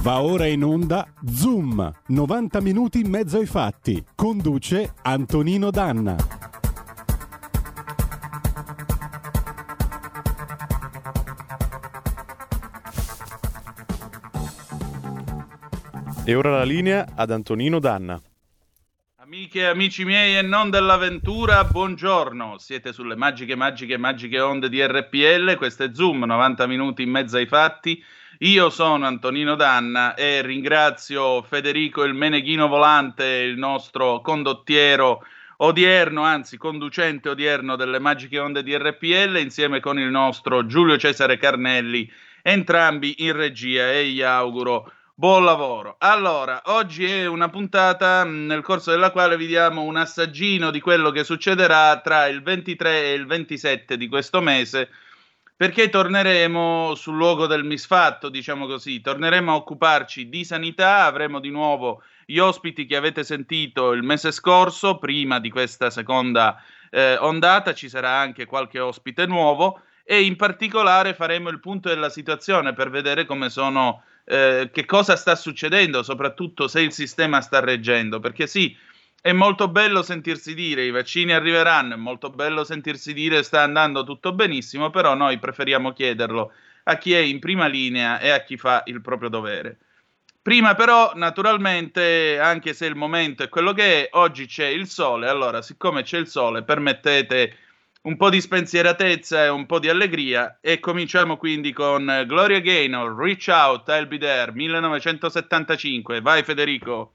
Va ora in onda Zoom, 90 minuti in mezzo ai fatti. Conduce Antonino Danna. E ora la linea ad Antonino Danna. Amiche e amici miei e non dell'avventura, buongiorno. Siete sulle magiche onde di RPL. Questo è Zoom, 90 minuti in mezzo ai fatti. Io sono Antonino Danna e ringrazio Federico il Meneghino Volante, il nostro condottiero odierno, anzi conducente odierno delle magiche onde di RPL, insieme con il nostro Giulio Cesare Carnelli, entrambi in regia, e gli auguro buon lavoro. Allora, oggi è una puntata nel corso della quale vi diamo un assaggino di quello che succederà tra il 23 e il 27 di questo mese, perché torneremo sul luogo del misfatto, diciamo così, torneremo a occuparci di sanità, avremo di nuovo gli ospiti che avete sentito il mese scorso, prima di questa seconda ondata, ci sarà anche qualche ospite nuovo e in particolare faremo il punto della situazione per vedere come sono, che cosa sta succedendo, soprattutto se il sistema sta reggendo, perché sì, è molto bello sentirsi dire i vaccini arriveranno, è molto bello sentirsi dire sta andando tutto benissimo, però noi preferiamo chiederlo a chi è in prima linea e a chi fa il proprio dovere. Prima però, naturalmente, anche se il momento è quello che è, oggi c'è il sole, allora siccome c'è il sole permettete un po' di spensieratezza e un po' di allegria e cominciamo quindi con Gloria Gaynor, Reach Out, I'll Be There, 1975. Vai Federico.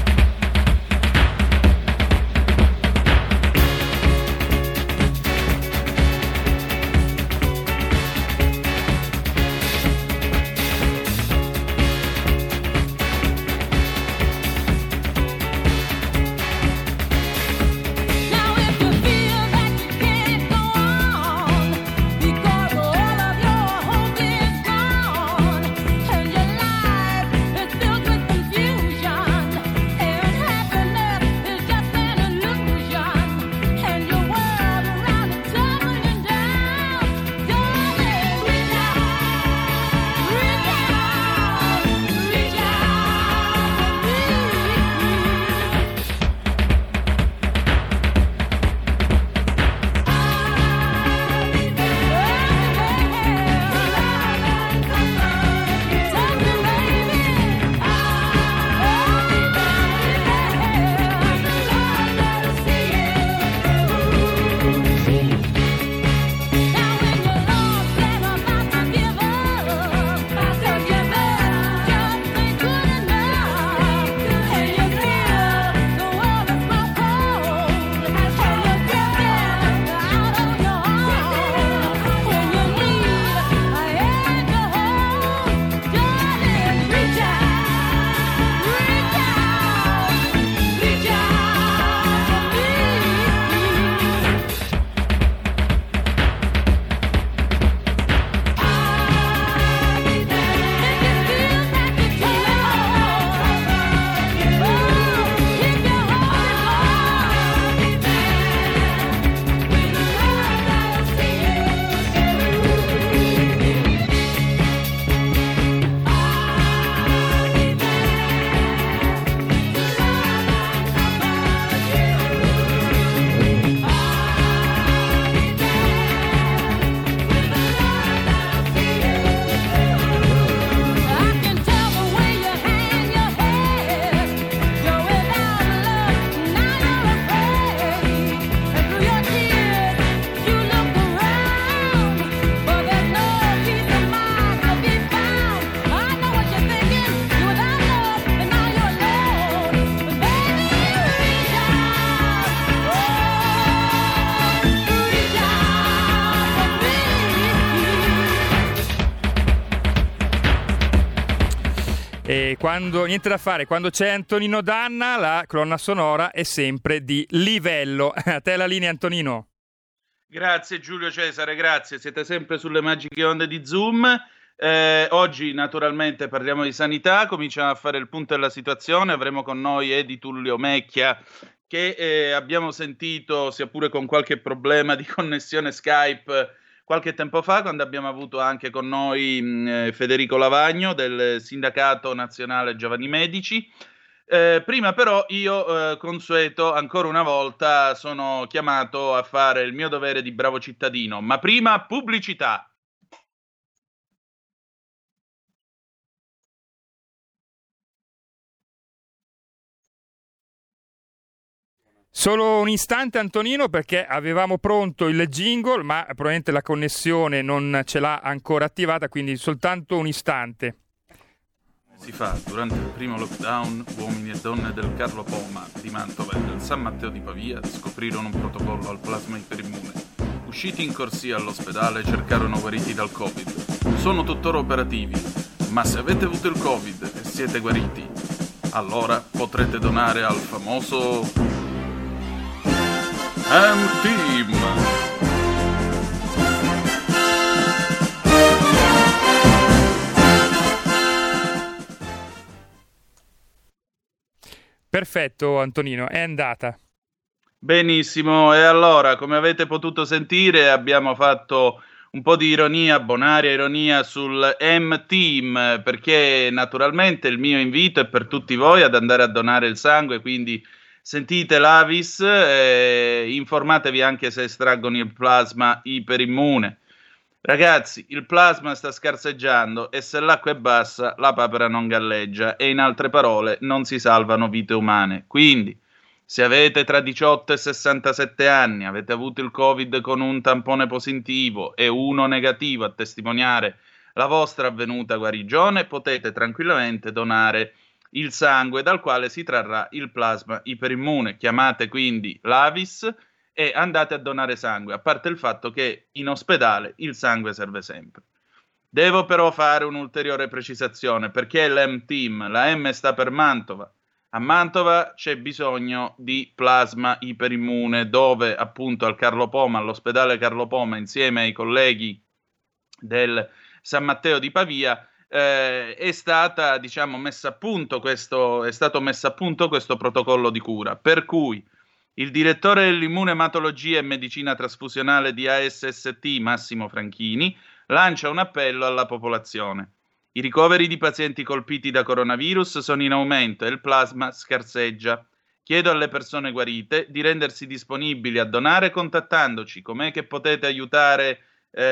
E quando niente da fare, quando c'è Antonino Danna, la colonna sonora è sempre di livello. A te la linea, Antonino. Grazie Giulio Cesare, grazie. Siete sempre sulle magiche onde di Zoom. Oggi naturalmente parliamo di sanità, cominciamo a fare il punto della situazione. Avremo con noi Edi Tullio Mecchia, che abbiamo sentito, sia pure con qualche problema di connessione Skype, qualche tempo fa, quando abbiamo avuto anche con noi Federico Lavagno del Sindacato Nazionale Giovani Medici. Prima però io, consueto, ancora una volta sono chiamato a fare il mio dovere di bravo cittadino, ma prima pubblicità. Solo un istante, Antonino, perché avevamo pronto il jingle, ma probabilmente la connessione non ce l'ha ancora attivata, quindi soltanto un istante. Si fa durante il primo lockdown, uomini e donne del Carlo Poma di Mantova e del San Matteo di Pavia scoprirono un protocollo al plasma iperimmune. Usciti in corsia all'ospedale, cercarono guariti dal Covid. Sono tuttora operativi, ma se avete avuto il Covid e siete guariti, allora potrete donare al famoso M-Team. Perfetto, Antonino, è andata. Benissimo, e allora, come avete potuto sentire, abbiamo fatto un po' di ironia, bonaria ironia sul M-Team, perché naturalmente il mio invito è per tutti voi ad andare a donare il sangue, quindi sentite l'Avis, informatevi anche se estraggono il plasma iperimmune. Ragazzi, il plasma sta scarseggiando e se l'acqua è bassa la papera non galleggia e in altre parole non si salvano vite umane. Quindi, se avete tra 18 e 67 anni, avete avuto il Covid con un tampone positivo e uno negativo a testimoniare la vostra avvenuta guarigione, potete tranquillamente donare il sangue dal quale si trarrà il plasma iperimmune. Chiamate quindi l'Avis e andate a donare sangue, a parte il fatto che in ospedale il sangue serve sempre. Devo però fare un'ulteriore precisazione, perché l'M-Team, la M sta per Mantova. A Mantova c'è bisogno di plasma iperimmune, dove appunto al Carlo Poma, all'ospedale Carlo Poma, insieme ai colleghi del San Matteo di Pavia, è stato messo a punto questo protocollo di cura, per cui il direttore dell'immunematologia e medicina trasfusionale di ASST, Massimo Franchini, lancia un appello alla popolazione. I ricoveri di pazienti colpiti da coronavirus sono in aumento e il plasma scarseggia. Chiedo alle persone guarite di rendersi disponibili a donare contattandoci. Com'è che potete aiutare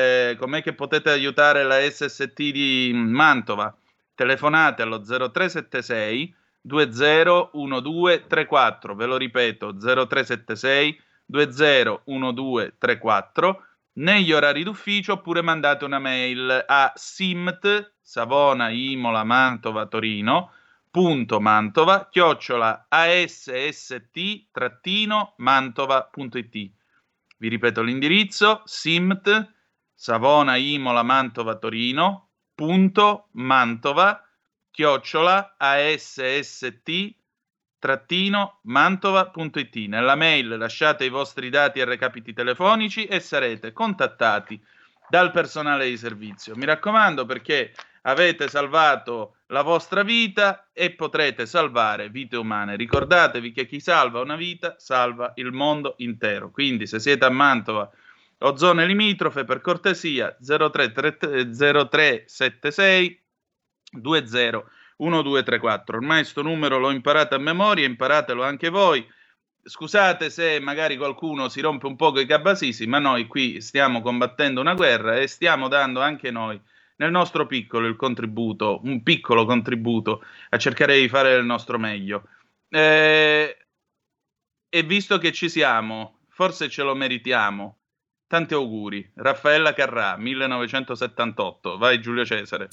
la SST di Mantova? Telefonate allo 0376 201234, ve lo ripeto, 0376 201234, negli orari d'ufficio, oppure mandate una mail a simt Savona Imola Mantova Torino .mantova @asst-mantova.it. Vi ripeto l'indirizzo: simt Savona Imola Mantova Torino .mantova @asst-mantova.it. Nella mail lasciate i vostri dati e recapiti telefonici e sarete contattati dal personale di servizio. Mi raccomando, perché avete salvato la vostra vita e potrete salvare vite umane. Ricordatevi che chi salva una vita salva il mondo intero. Quindi, se siete a Mantova o zone limitrofe, per cortesia 0376 201234. Ormai sto numero l'ho imparato a memoria, imparatelo anche voi. Scusate se magari qualcuno si rompe un po' coi cabasisi, ma noi qui stiamo combattendo una guerra e stiamo dando anche noi nel nostro piccolo un piccolo contributo a cercare di fare il nostro meglio. E visto che ci siamo, forse ce lo meritiamo. Tanti auguri. Raffaella Carrà, 1978. Vai Giulio Cesare.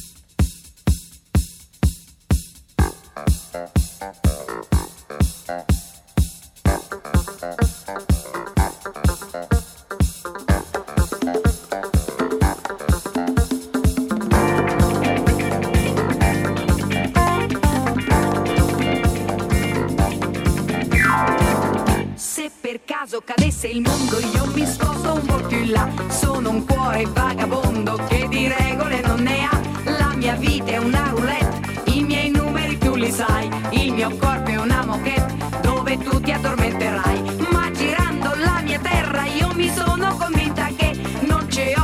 Cadesse il mondo, io mi sposto un po' più in là. Sono un cuore vagabondo che di regole non ne ha. La mia vita è una roulette, i miei numeri tu li sai. Il mio corpo è una moquette dove tu ti addormenterai. Ma girando la mia terra io mi sono convinta che non c'è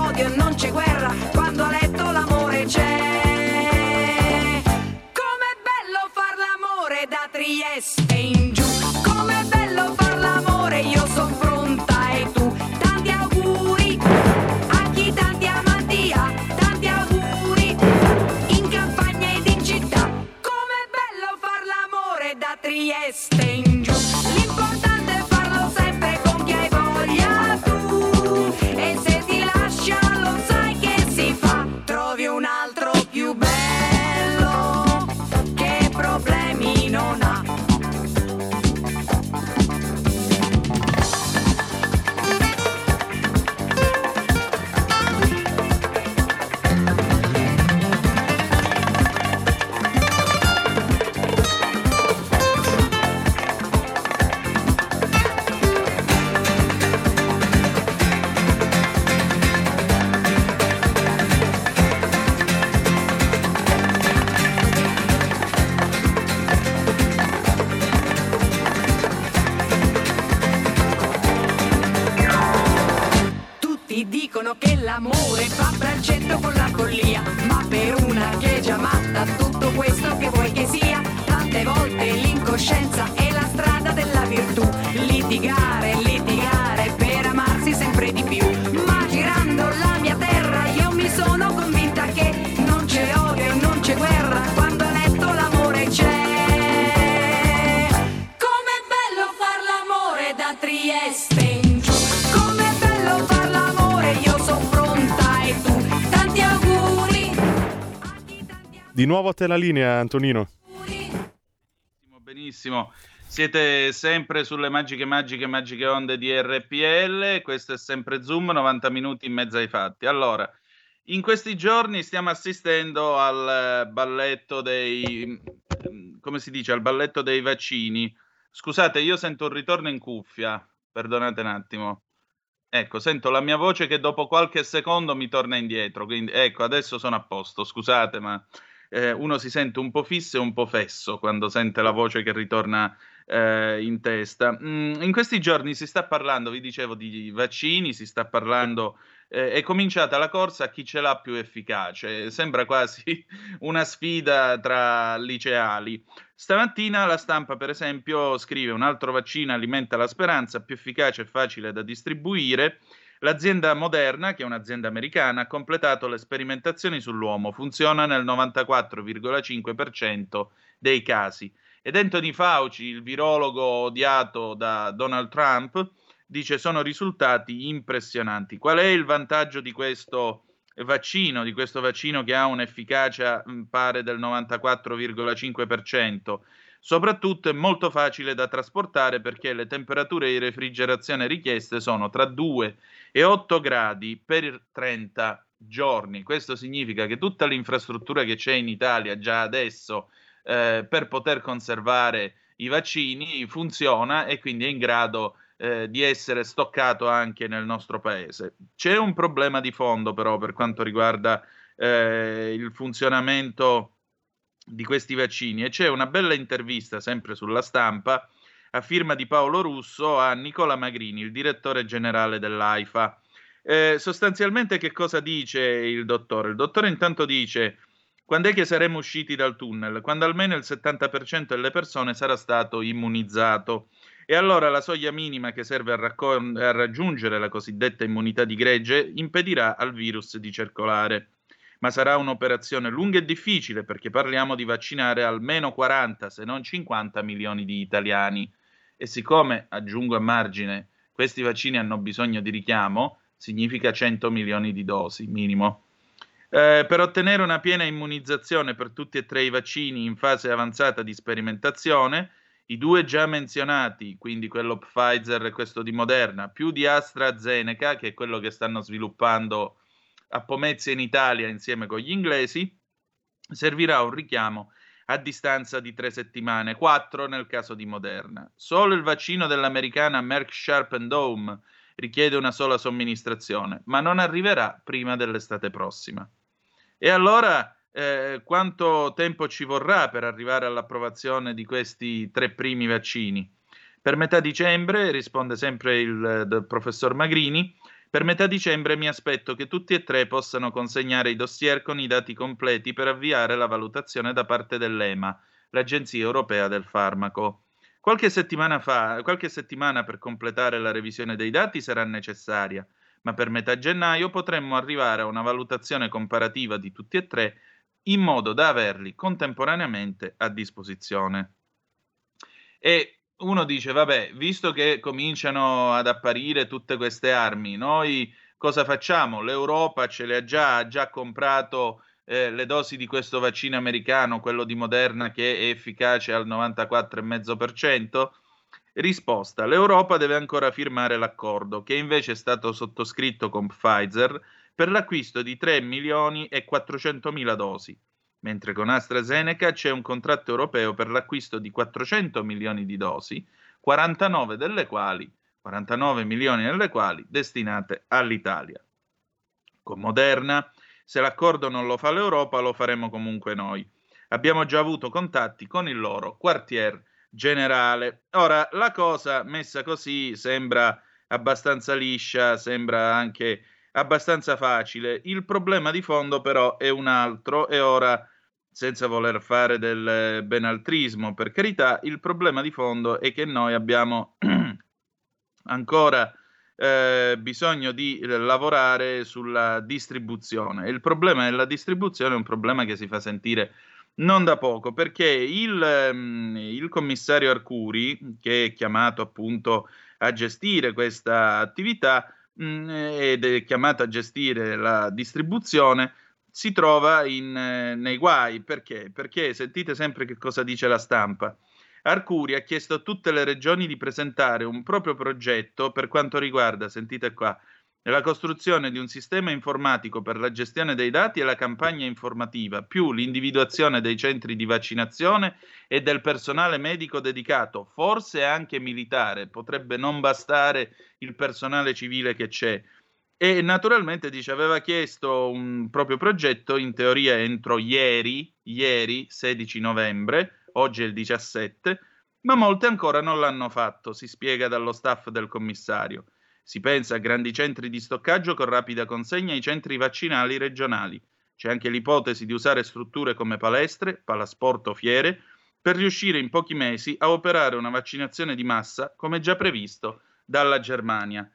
Trieste in giù. Com'è bello far l'amore, io son pronta e tu. Tanti auguri a chi tanti amanti ha, tanti auguri in campagna ed in città. Com'è bello far l'amore da Trieste in giù. L'importante è farlo sempre con chi hai voglia tu. E se ti lascia lo sai che si fa. Trovi un altro più bello che problemi non ha. Dicono che l'amore fa braccetto con la follia, ma per una che è già matta tutto questo che vuoi che sia. Tante volte l'incoscienza è la strada della virtù. Litigare, litigare per amarsi sempre di più. Ma girando la mia terra io mi sono convinta che non c'è odio, non c'è guerra, quando a letto l'amore c'è. Com'è bello far l'amore da Trieste in giù. Com'è bello far l'amore, io sono pronta e tu. Tanti auguri. Di nuovo a te la linea, Antonino. Benissimo, siete sempre sulle magiche onde di RPL, questo è sempre Zoom, 90 minuti in mezzo ai fatti. Allora, in questi giorni stiamo assistendo al balletto dei, come si dice, al balletto dei vaccini. Scusate, io sento un ritorno in cuffia, perdonate un attimo. Ecco, sento la mia voce che dopo qualche secondo mi torna indietro, quindi ecco, adesso sono a posto, scusate, ma uno si sente un po' fisso e un po' fesso quando sente la voce che ritorna in testa. In questi giorni si sta parlando, vi dicevo, di vaccini, si sta parlando, è cominciata la corsa a chi ce l'ha più efficace, sembra quasi una sfida tra liceali. Stamattina la Stampa, per esempio, scrive: un altro vaccino alimenta la speranza, più efficace e facile da distribuire. L'azienda Moderna, che è un'azienda americana, ha completato le sperimentazioni sull'uomo, funziona nel 94,5% dei casi. Ed Anthony Fauci, il virologo odiato da Donald Trump, dice: sono risultati impressionanti. Qual è il vantaggio di questo vaccino che ha un'efficacia pari del 94,5%? Soprattutto è molto facile da trasportare perché le temperature di refrigerazione richieste sono tra 2 e 8 gradi per 30 giorni. Questo significa che tutta l'infrastruttura che c'è in Italia già adesso per poter conservare i vaccini funziona e quindi è in grado di essere stoccato anche nel nostro paese. C'è un problema di fondo però per quanto riguarda il funzionamento di questi vaccini, e c'è una bella intervista sempre sulla Stampa a firma di Paolo Russo a Nicola Magrini, il direttore generale dell'AIFA. Sostanzialmente che cosa dice il dottore? Il dottore intanto dice: quando è che saremo usciti dal tunnel? Quando almeno il 70% delle persone sarà stato immunizzato. E allora la soglia minima che serve a raggiungere la cosiddetta immunità di gregge impedirà al virus di circolare. Ma sarà un'operazione lunga e difficile perché parliamo di vaccinare almeno 40, se non 50 milioni di italiani. E siccome, aggiungo a margine, questi vaccini hanno bisogno di richiamo, significa 100 milioni di dosi minimo. Per ottenere una piena immunizzazione per tutti e tre i vaccini in fase avanzata di sperimentazione, i due già menzionati, quindi quello Pfizer e questo di Moderna, più di AstraZeneca, che è quello che stanno sviluppando a Pomezia in Italia insieme con gli inglesi, servirà un richiamo a distanza di 3 settimane, 4 nel caso di Moderna. Solo il vaccino dell'americana Merck Sharp & Dohme richiede una sola somministrazione, ma non arriverà prima dell'estate prossima. E allora quanto tempo ci vorrà per arrivare all'approvazione di questi 3 primi vaccini? Per metà dicembre, risponde sempre il professor Magrini, per metà dicembre mi aspetto che tutti e 3 possano consegnare i dossier con i dati completi per avviare la valutazione da parte dell'EMA, l'Agenzia Europea del Farmaco. Qualche settimana per completare la revisione dei dati sarà necessaria, ma per metà gennaio potremmo arrivare a una valutazione comparativa di tutti e tre in modo da averli contemporaneamente a disposizione. E uno dice, vabbè, visto che cominciano ad apparire tutte queste armi, noi cosa facciamo? L'Europa ce le ha già comprato le dosi di questo vaccino americano, quello di Moderna, che è efficace al 94,5%? Risposta: l'Europa deve ancora firmare l'accordo, che invece è stato sottoscritto con Pfizer per l'acquisto di 3.400.000 dosi, mentre con AstraZeneca c'è un contratto europeo per l'acquisto di 400 milioni di dosi, 49 milioni delle quali destinate all'Italia. Con Moderna, se l'accordo non lo fa l'Europa, lo faremo comunque noi. Abbiamo già avuto contatti con il loro quartier generale. Ora, la cosa messa così sembra abbastanza liscia, sembra anche abbastanza facile. Il problema di fondo però è un altro, e ora, senza voler fare del benaltrismo, per carità, il problema di fondo è che noi abbiamo ancora bisogno di lavorare sulla distribuzione. Il problema della distribuzione è un problema che si fa sentire non da poco, perché il commissario Arcuri, che è chiamato appunto a gestire questa attività ed è chiamato a gestire la distribuzione, si trova nei guai. Perché? Perché sentite sempre che cosa dice la stampa. Arcuri ha chiesto a tutte le regioni di presentare un proprio progetto per quanto riguarda, sentite qua, la costruzione di un sistema informatico per la gestione dei dati e la campagna informativa, più l'individuazione dei centri di vaccinazione e del personale medico dedicato, forse anche militare, potrebbe non bastare il personale civile che c'è. E naturalmente dice aveva chiesto un proprio progetto, in teoria entro ieri 16 novembre, oggi è il 17, ma molte ancora non l'hanno fatto, si spiega dallo staff del commissario. Si pensa a grandi centri di stoccaggio con rapida consegna ai centri vaccinali regionali. C'è anche l'ipotesi di usare strutture come palestre, palasport o fiere per riuscire in pochi mesi a operare una vaccinazione di massa come già previsto dalla Germania.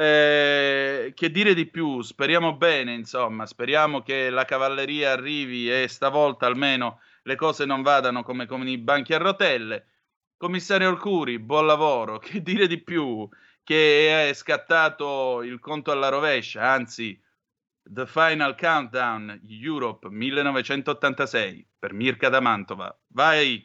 Che dire di più? Speriamo bene, insomma, speriamo che la cavalleria arrivi e stavolta almeno le cose non vadano come con i banchi a rotelle. Commissario Arcuri, buon lavoro. Che dire di più? Che è scattato il conto alla rovescia, anzi, The Final Countdown Europe 1986 per Mirka da Mantova. Vai!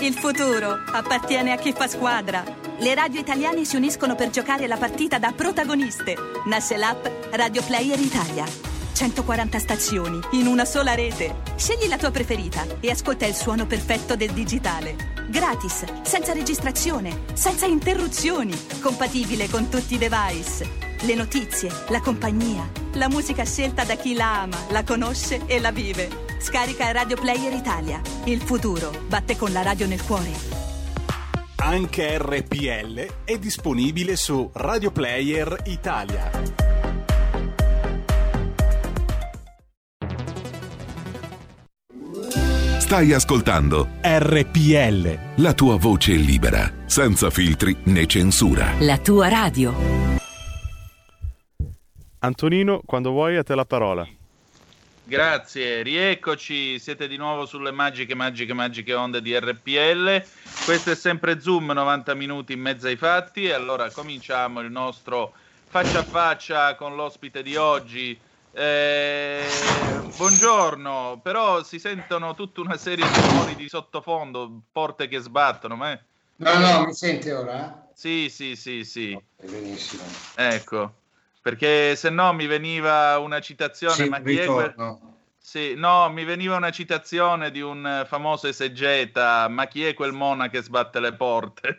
Il futuro appartiene a chi fa squadra. Le radio italiane si uniscono per giocare la partita da protagoniste. Nasce l'app Radio Player Italia. 140 stazioni in una sola rete. Scegli la tua preferita e ascolta il suono perfetto del digitale. Gratis, senza registrazione, senza interruzioni. Compatibile con tutti i device. Le notizie, la compagnia, la musica scelta da chi la ama, la conosce e la vive. Scarica Radio Player Italia. Il futuro batte con la radio nel cuore. Anche RPL è disponibile su Radio Player Italia. Stai ascoltando RPL, la tua voce libera, senza filtri né censura. La tua radio. Antonino, quando vuoi a te la parola. Grazie, rieccoci, siete di nuovo sulle magiche onde di RPL. Questo è sempre Zoom, 90 minuti in mezzo ai fatti. E allora cominciamo il nostro faccia a faccia con l'ospite di oggi. Buongiorno, però si sentono tutta una serie di rumori di sottofondo, porte che sbattono. No, mi sente ora? Sì. Benissimo. Ecco, perché se no mi veniva una citazione, Sì, ma chi è mi veniva una citazione di un famoso esegeta, ma chi è quel mona che sbatte le porte?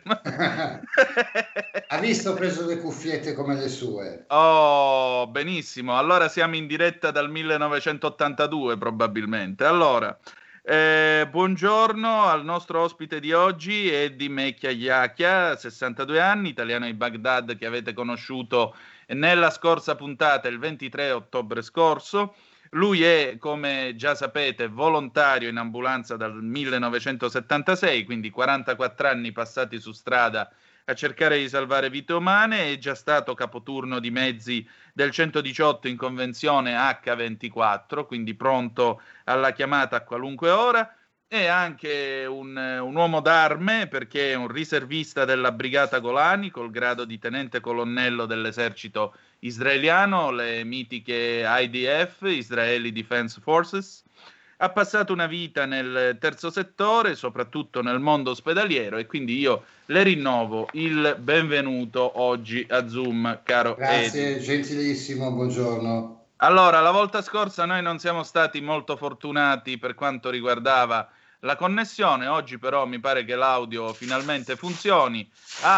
Ha visto, ho preso le cuffiette come le sue. Oh, benissimo, allora siamo in diretta dal 1982 probabilmente. Allora, buongiorno al nostro ospite di oggi, Eddie Mecchia Iacchia, 62 anni, italiano di Baghdad, che avete conosciuto nella scorsa puntata, il 23 ottobre scorso. Lui è, come già sapete, volontario in ambulanza dal 1976, quindi 44 anni passati su strada a cercare di salvare vite umane. È già stato capoturno di mezzi del 118 in convenzione H24, quindi pronto alla chiamata a qualunque ora. È anche un uomo d'arme, perché è un riservista della brigata Golani col grado di tenente colonnello dell'esercito israeliano, le mitiche IDF, Israeli Defense Forces. Ha passato una vita nel terzo settore, soprattutto nel mondo ospedaliero, e quindi io le rinnovo il benvenuto oggi a Zoom, caro Grazie, Eddie. gentilissimo, buongiorno. Allora, la volta scorsa noi non siamo stati molto fortunati per quanto riguardava la connessione, oggi però mi pare che l'audio finalmente funzioni.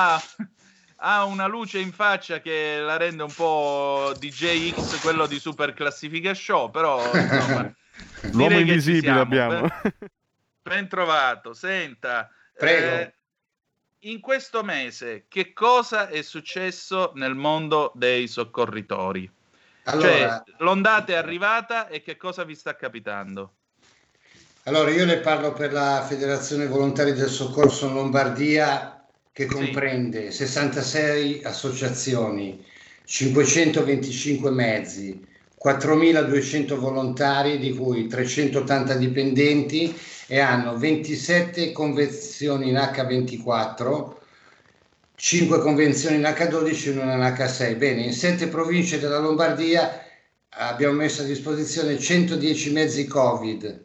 Ha una luce in faccia che la rende un po' DJ X, quello di Super Classifica Show, però insomma, L'uomo invisibile abbiamo. Ben trovato. Senta, Prego. in questo mese che cosa è successo nel mondo dei soccorritori? Allora, Cioè, l'ondata è arrivata e che cosa vi sta capitando? allora, io le parlo per la Federazione Volontari del Soccorso in Lombardia, che comprende 66 associazioni, 525 mezzi, 4.200 volontari, di cui 380 dipendenti, e hanno 27 convenzioni in H24, 5 convenzioni in H12 e una in H6. Bene, in 7 province della Lombardia abbiamo messo a disposizione 110 mezzi Covid.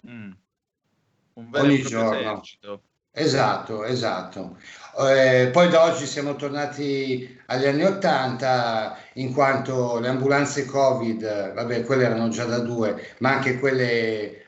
Un vero Ogni e proprio giorno. esercito. Esatto. Poi da oggi siamo tornati agli anni 80, in quanto le ambulanze Covid, vabbè, quelle erano già da 2, ma anche quelle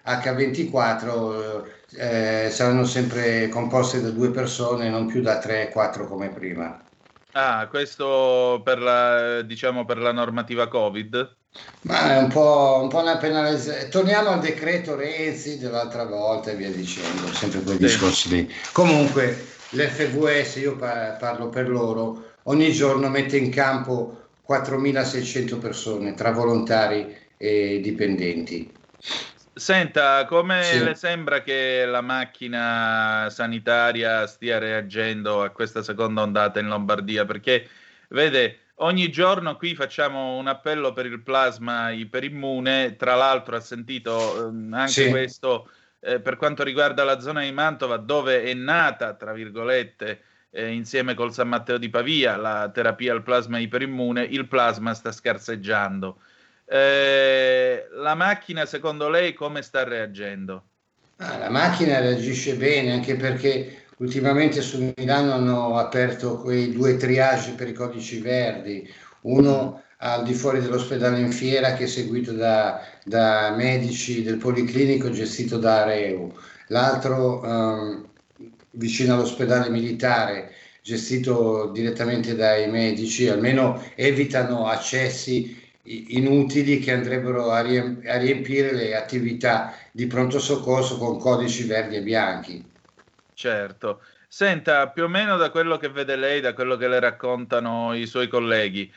H24 saranno sempre composte da 2 persone, non più da 3-4 come prima. Ah, questo per la, diciamo, per la normativa Covid? Ma è un po' una penalizzazione. Torniamo al decreto Renzi dell'altra volta e via dicendo, sempre quei discorsi lì. Comunque l'FVS, io parlo per loro, ogni giorno mette in campo 4.600 persone tra volontari e dipendenti. Senta, come Sì. le sembra che la macchina sanitaria stia reagendo a questa seconda ondata in Lombardia? Perché, vede, ogni giorno qui facciamo un appello per il plasma iperimmune, tra l'altro ha sentito anche Sì. questo per quanto riguarda la zona di Mantova, dove è nata, tra virgolette, insieme col San Matteo di Pavia, la terapia al plasma iperimmune, il plasma sta scarseggiando. La macchina, secondo lei, come sta reagendo? La macchina reagisce bene, anche perché ultimamente su Milano hanno aperto quei 2 triage per i codici verdi, uno al di fuori dell'ospedale in Fiera che è seguito da medici del Policlinico gestito da Areu, l'altro vicino all'ospedale militare gestito direttamente dai medici, almeno evitano accessi inutili che andrebbero a riempire le attività di pronto soccorso con codici verdi e bianchi. Certo. Senta, più o meno da quello che vede lei, da quello che le raccontano i suoi colleghi,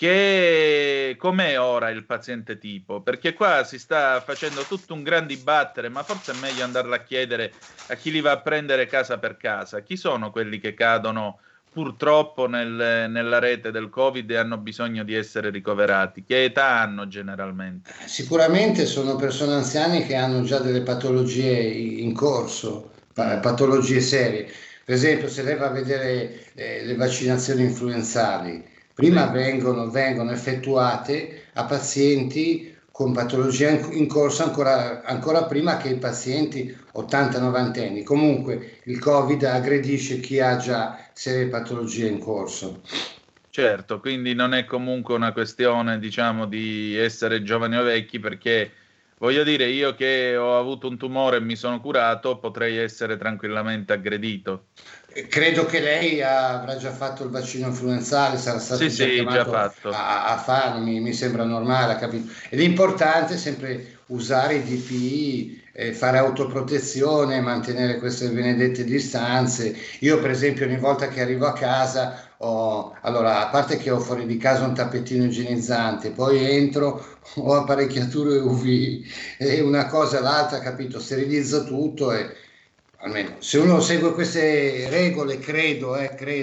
com'è ora il paziente tipo? Perché qua si sta facendo tutto un gran dibattere, ma forse è meglio andarla a chiedere a chi li va a prendere casa per casa. Chi sono quelli che cadono purtroppo nella rete del Covid e hanno bisogno di essere ricoverati? Che età hanno generalmente? Sicuramente sono persone anziane che hanno già delle patologie in corso, patologie serie. Per esempio, se lei va a vedere le vaccinazioni influenzali, prima vengono effettuate a pazienti con patologia in corso ancora prima che i pazienti 80-90 anni. Comunque il Covid aggredisce chi ha già serie patologie in corso. Certo, quindi non è comunque una questione, diciamo, di essere giovani o vecchi, perché voglio dire, io che ho avuto un tumore e mi sono curato, potrei essere tranquillamente aggredito. Credo che lei avrà già fatto il vaccino influenzale, sarà stato Sì, chiamato già fatto. a farlo, mi sembra normale, capito? Ed è importante sempre usare i DPI, fare autoprotezione, mantenere queste benedette distanze. Io per esempio ogni volta che arrivo a casa allora, a parte che ho fuori di casa un tappetino igienizzante, poi entro, ho apparecchiature UV e una cosa e l'altra, capito? Sterilizzo tutto e almeno se uno segue queste regole, credo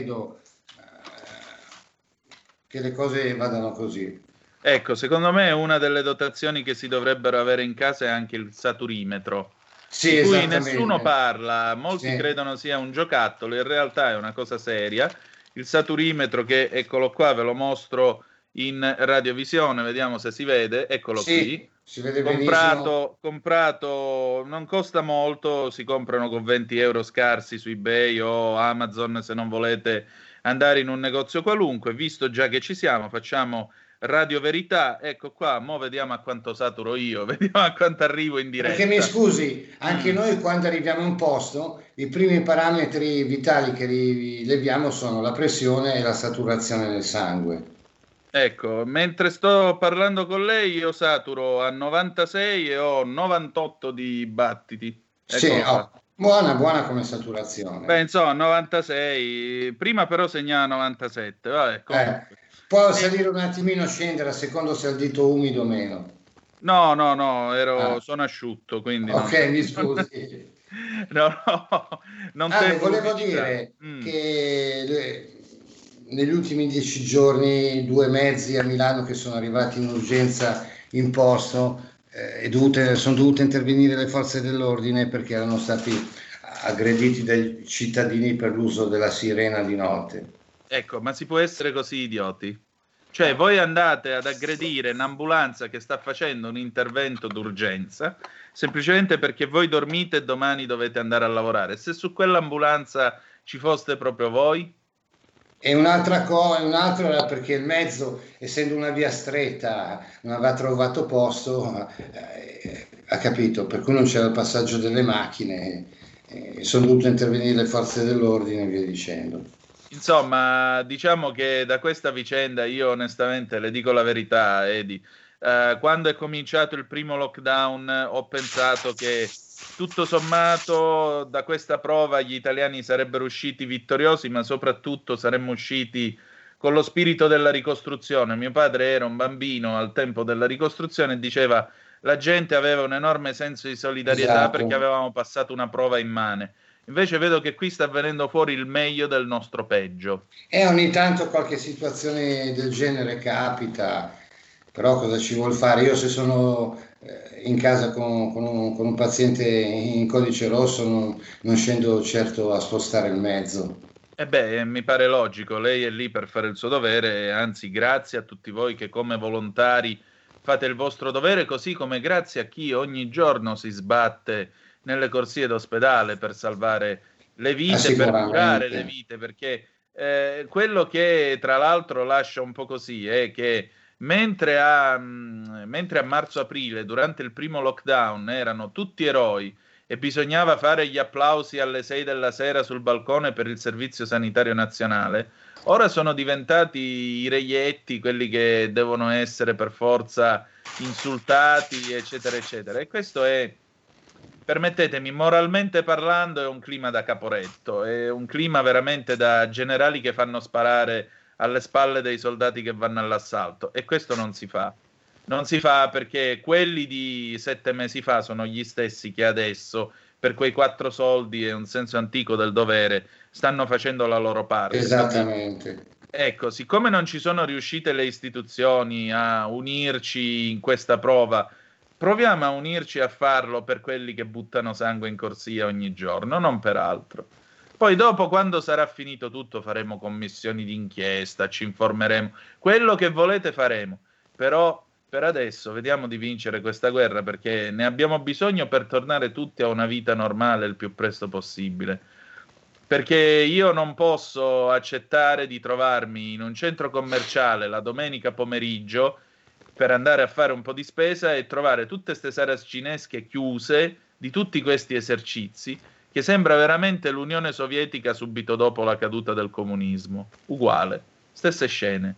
che le cose vadano così. Ecco, secondo me una delle dotazioni che si dovrebbero avere in casa è anche il saturimetro, Sì, di cui esattamente. nessuno parla, molti Sì. credono sia un giocattolo, in realtà è una cosa seria. Il saturimetro che, eccolo qua, ve lo mostro in radiovisione, vediamo se si vede, eccolo Sì, qui. si vede benissimo. Comprato, non costa molto, si comprano con 20 euro scarsi su eBay o Amazon se non volete andare in un negozio qualunque. Visto già che ci siamo, facciamo Radio Verità, ecco qua, mo vediamo a quanto saturo io, vediamo a quanto arrivo in diretta. Perché mi scusi, anche noi quando arriviamo in un posto, i primi parametri vitali che rileviamo sono la pressione e la saturazione del sangue. Ecco, mentre sto parlando con lei io saturo a 96 e ho 98 di battiti. Sì, buona come saturazione. Beh, insomma, 96, prima però segnava 97, vabbè, comunque. Può salire un attimino, scendere a secondo se ha il dito umido o meno. No, sono asciutto, quindi ok, mi scusi. non le volevo dire che negli ultimi 10 giorni 2 mezzi a Milano che sono arrivati in urgenza in posto sono dovute intervenire le forze dell'ordine perché erano stati aggrediti dai cittadini per l'uso della sirena di notte. Ecco, ma si può essere così idioti? Cioè, voi andate ad aggredire un'ambulanza che sta facendo un intervento d'urgenza semplicemente perché voi dormite e domani dovete andare a lavorare. Se su quell'ambulanza ci foste proprio voi? E un altro era perché il mezzo, essendo una via stretta, non aveva trovato posto, ha capito, per cui non c'era il passaggio delle macchine, sono dovute intervenire le forze dell'ordine e via dicendo. Insomma, diciamo che da questa vicenda io onestamente le dico la verità, Edi. Quando è cominciato il primo lockdown ho pensato che tutto sommato da questa prova gli italiani sarebbero usciti vittoriosi, ma soprattutto saremmo usciti con lo spirito della ricostruzione. Mio padre era un bambino al tempo della ricostruzione e diceva la gente aveva un enorme senso di solidarietà, esatto, perché avevamo passato una prova immane. Invece vedo che qui sta venendo fuori il meglio del nostro peggio. Ogni tanto qualche situazione del genere capita, però cosa ci vuol fare? Io se sono in casa con un paziente in codice rosso non scendo certo a spostare il mezzo. Mi pare logico, lei è lì per fare il suo dovere, anzi grazie a tutti voi che come volontari fate il vostro dovere, così come grazie a chi ogni giorno si sbatte nelle corsie d'ospedale per salvare le vite, per curare le vite, perché quello che tra l'altro lascia un po' così è che mentre a marzo-aprile, durante il primo lockdown, erano tutti eroi e bisognava fare gli applausi alle 6 della sera sul balcone per il Servizio Sanitario Nazionale, ora sono diventati i reietti, quelli che devono essere per forza insultati, eccetera, eccetera. E questo è, permettetemi, moralmente parlando, è un clima da Caporetto, è un clima veramente da generali che fanno sparare alle spalle dei soldati che vanno all'assalto, e questo non si fa. Non si fa perché quelli di 7 mesi fa sono gli stessi che adesso, per quei 4 soldi e un senso antico del dovere, stanno facendo la loro parte. Esattamente. Ecco, siccome non ci sono riuscite le istituzioni a unirci in questa prova, proviamo a unirci a farlo per quelli che buttano sangue in corsia ogni giorno, non per altro. Poi dopo, quando sarà finito tutto, faremo commissioni d'inchiesta, ci informeremo, quello che volete faremo, però per adesso vediamo di vincere questa guerra, perché ne abbiamo bisogno per tornare tutti a una vita normale il più presto possibile. Perché io non posso accettare di trovarmi in un centro commerciale la domenica pomeriggio per andare a fare un po' di spesa e trovare tutte queste saracinesche chiuse di tutti questi esercizi, che sembra veramente l'Unione Sovietica subito dopo la caduta del comunismo. Uguale, stesse scene.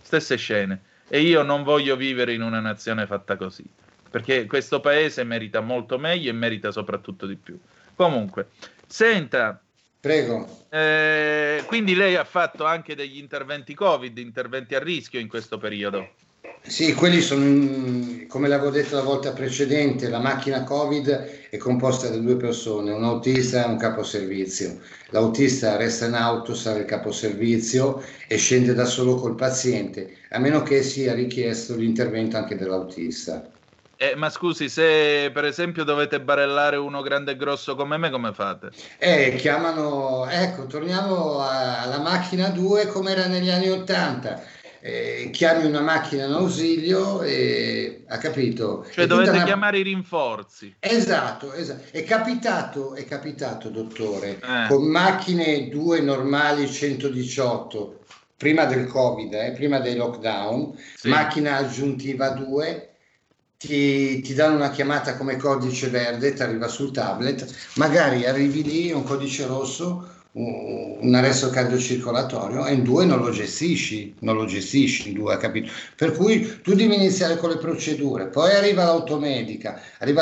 E io non voglio vivere in una nazione fatta così, perché questo paese merita molto meglio e merita soprattutto di più. Comunque, senta... Prego. Quindi lei ha fatto anche degli interventi Covid, interventi a rischio in questo periodo? Sì, quelli sono, come l'avevo detto la volta precedente, la macchina Covid è composta da 2 persone, un autista e un caposervizio. L'autista resta in auto, sarà il caposervizio e scende da solo col paziente, a meno che sia richiesto l'intervento anche dell'autista. Ma scusi, se per esempio dovete barellare uno grande e grosso come me, come fate? Chiamano, ecco, torniamo alla macchina 2 come era negli anni 80. Chiami una macchina in ausilio e ha capito. Cioè dovete chiamare i rinforzi. Esatto. È capitato, dottore, con macchine 2 normali 118, prima del Covid, prima dei lockdown, sì. Macchina aggiuntiva 2. Ti danno una chiamata come codice verde, ti arriva sul tablet, magari arrivi lì, un codice rosso, un arresto cardiocircolatorio, e in 2 non lo gestisci in 2, capito? Per cui tu devi iniziare con le procedure, poi arriva l'automedica,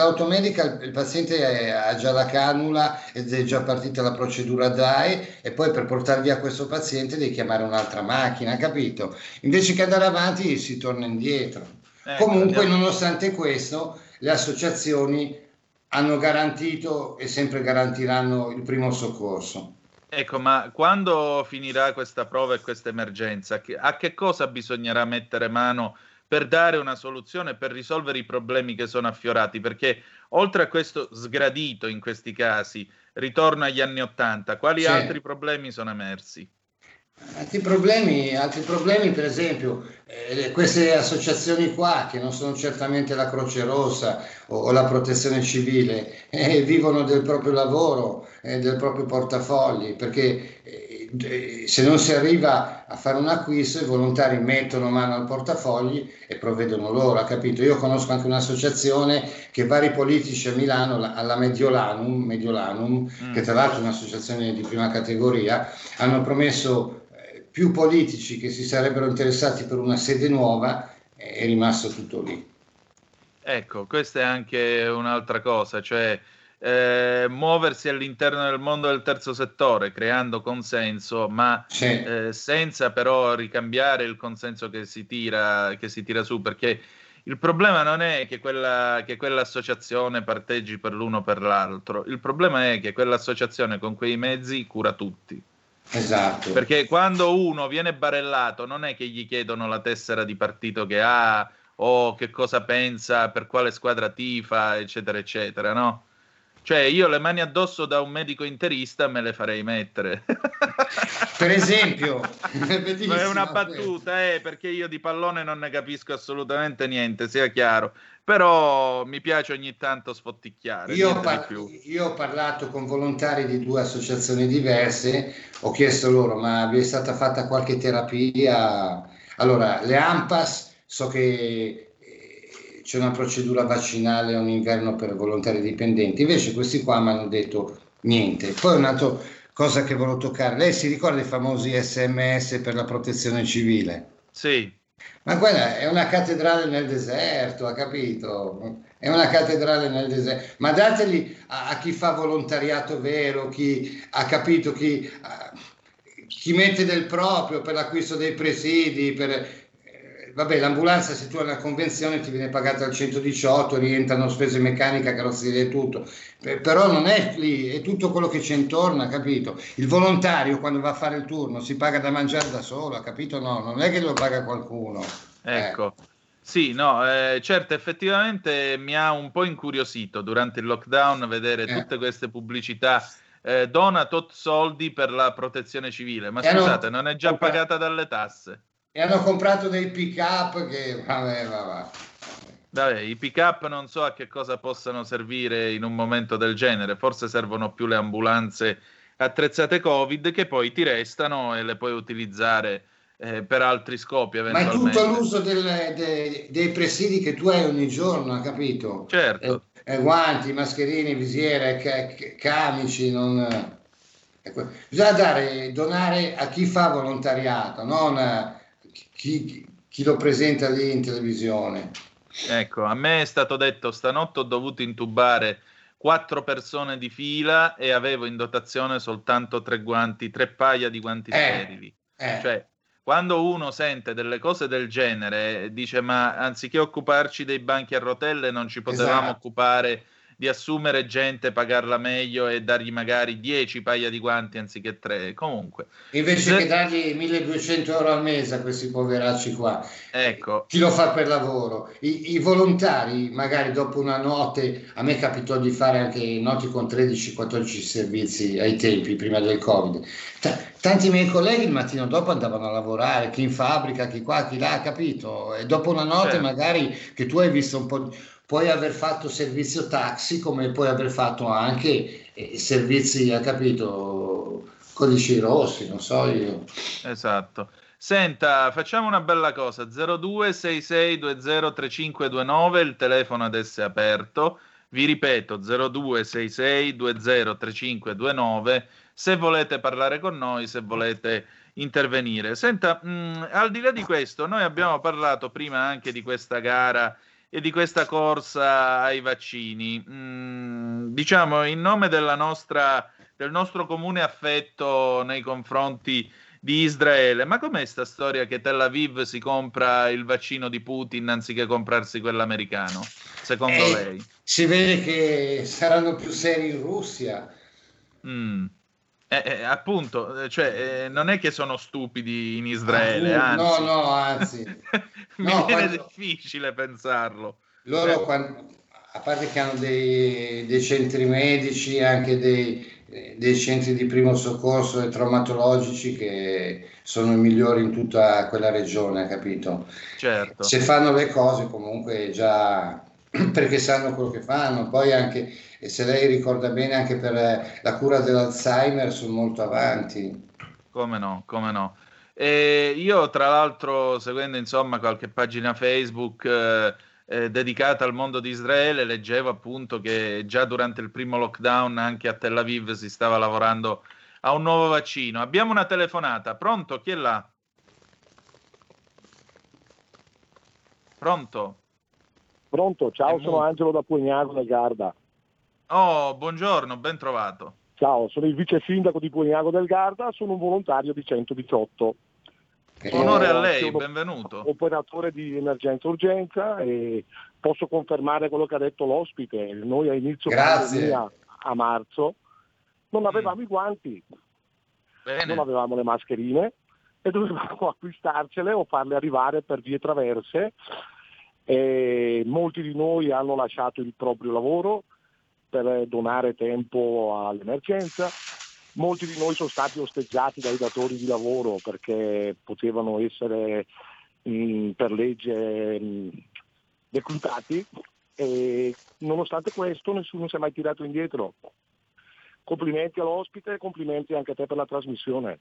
il paziente ha già la cannula ed è già partita la procedura DAE, e poi per portare via questo paziente devi chiamare un'altra macchina, capito? Invece che andare avanti si torna indietro. Comunque, nonostante questo, le associazioni hanno garantito e sempre garantiranno il primo soccorso. Ecco, ma quando finirà questa prova e questa emergenza, a che cosa bisognerà mettere mano per dare una soluzione, per risolvere i problemi che sono affiorati? Perché oltre a questo sgradito in questi casi, ritorno agli anni '80, quali altri problemi sono emersi? Altri problemi, per esempio, queste associazioni qua, che non sono certamente la Croce Rossa o la Protezione Civile, vivono del proprio lavoro, del proprio portafogli, perché se non si arriva a fare un acquisto, i volontari mettono mano al portafogli e provvedono loro, ha capito? Io conosco anche un'associazione che vari politici a Milano, alla Mediolanum, che tra l'altro è un'associazione di prima categoria, hanno promesso più politici che si sarebbero interessati per una sede nuova, è rimasto tutto lì. Ecco, questa è anche un'altra cosa, cioè muoversi all'interno del mondo del terzo settore, creando consenso, ma senza però ricambiare il consenso che si tira su, perché il problema non è che quell'associazione parteggi per l'uno o per l'altro, il problema è che quell'associazione con quei mezzi cura tutti. Esatto. Perché quando uno viene barellato non è che gli chiedono la tessera di partito che ha o che cosa pensa, per quale squadra tifa, eccetera, eccetera, no? Cioè, io le mani addosso da un medico interista me le farei mettere. Per esempio, è una battuta, perché io di pallone non ne capisco assolutamente niente, sia chiaro. Però mi piace ogni tanto sfotticchiare. Io ho parlato con volontari di 2 associazioni diverse, ho chiesto loro, ma vi è stata fatta qualche terapia? Allora, le ANPAS, so che c'è una procedura vaccinale a un inverno per volontari dipendenti, invece questi qua mi hanno detto niente. Poi un'altra cosa che volevo toccare, lei si ricorda i famosi SMS per la protezione civile? Sì. Ma quella è una cattedrale nel deserto, ha capito? È una cattedrale nel deserto. Ma dateli a chi fa volontariato vero, chi ha capito, chi mette del proprio per l'acquisto dei presidi, vabbè, l'ambulanza, se tu hai una convenzione ti viene pagata al 118, rientrano spese meccaniche, carrozzeria e tutto, però non è lì, è tutto quello che c'è intorno, ha capito? Il volontario quando va a fare il turno si paga da mangiare da solo, ha capito? No, non è che lo paga qualcuno. Ecco, sì, no, certo, effettivamente mi ha un po' incuriosito durante il lockdown vedere tutte queste pubblicità. Dona tot soldi per la protezione civile, ma scusate, non è già pagata dalle tasse? E hanno comprato dei pick-up che Vabbè, i pick-up non so a che cosa possano servire in un momento del genere, forse servono più le ambulanze attrezzate Covid che poi ti restano e le puoi utilizzare per altri scopi eventualmente. Ma è tutto l'uso dei presidi che tu hai ogni giorno, ha capito? Certo. Guanti, mascherini, visiere, camici, bisogna donare a chi fa volontariato, non a chi lo presenta lì in televisione. Ecco, a me è stato detto stanotte ho dovuto intubare 4 persone di fila e avevo in dotazione soltanto 3 paia di guanti sterili. Cioè, quando uno sente delle cose del genere, dice ma anziché occuparci dei banchi a rotelle non ci potevamo occupare di assumere gente, pagarla meglio e dargli magari 10 paia di guanti anziché 3. Comunque, invece che dargli 1.200 euro al mese a questi poveracci qua, ecco, chi lo fa per lavoro? I volontari magari dopo una notte, a me capitò di fare anche notti con 13-14 servizi ai tempi prima del Covid. Tanti miei colleghi il mattino dopo andavano a lavorare, chi in fabbrica, chi qua, chi là, capito? E dopo una notte magari che tu hai visto un po', puoi aver fatto servizio taxi come puoi aver fatto anche servizi, ha capito, codici rossi, non so io. Esatto. Senta, facciamo una bella cosa, 0266203529, il telefono adesso è aperto, vi ripeto 0266203529, se volete parlare con noi, se volete intervenire. Senta, al di là di questo, noi abbiamo parlato prima anche di questa gara e di questa corsa ai vaccini, diciamo in nome del nostro comune affetto nei confronti di Israele. Ma com'è sta storia che Tel Aviv si compra il vaccino di Putin anziché comprarsi quello americano, secondo lei? Si vede che saranno più seri in Russia. Appunto, cioè, non è che sono stupidi in Israele, anzi. No, anzi. Mi viene difficile pensarlo. Loro, a parte che hanno dei centri medici, anche dei centri di primo soccorso e traumatologici che sono i migliori in tutta quella regione, capito? Certo. Se fanno le cose comunque già perché sanno quello che fanno, poi anche, e se lei ricorda bene, anche per la cura dell'Alzheimer sono molto avanti. Come no. Io tra l'altro, seguendo insomma qualche pagina Facebook dedicata al mondo di Israele, leggevo appunto che già durante il primo lockdown anche a Tel Aviv si stava lavorando a un nuovo vaccino. Abbiamo una telefonata, pronto? Chi è là? Pronto? Pronto, ciao, sono Angelo da Pugnago del Garda. Oh, buongiorno, ben trovato. Ciao, sono il vice sindaco di Pugnago del Garda, sono un volontario di 118. Onore a lei, benvenuto. Operatore di emergenza-urgenza e posso confermare quello che ha detto l'ospite. Noi a inizio pandemia, a marzo, non avevamo i guanti, non avevamo le mascherine e dovevamo acquistarcele o farle arrivare per vie traverse. Molti di noi hanno lasciato il proprio lavoro per donare tempo all'emergenza. Molti di noi sono stati osteggiati dai datori di lavoro perché potevano essere per legge decurtati, e nonostante questo nessuno si è mai tirato indietro. Complimenti all'ospite, complimenti anche a te per la trasmissione.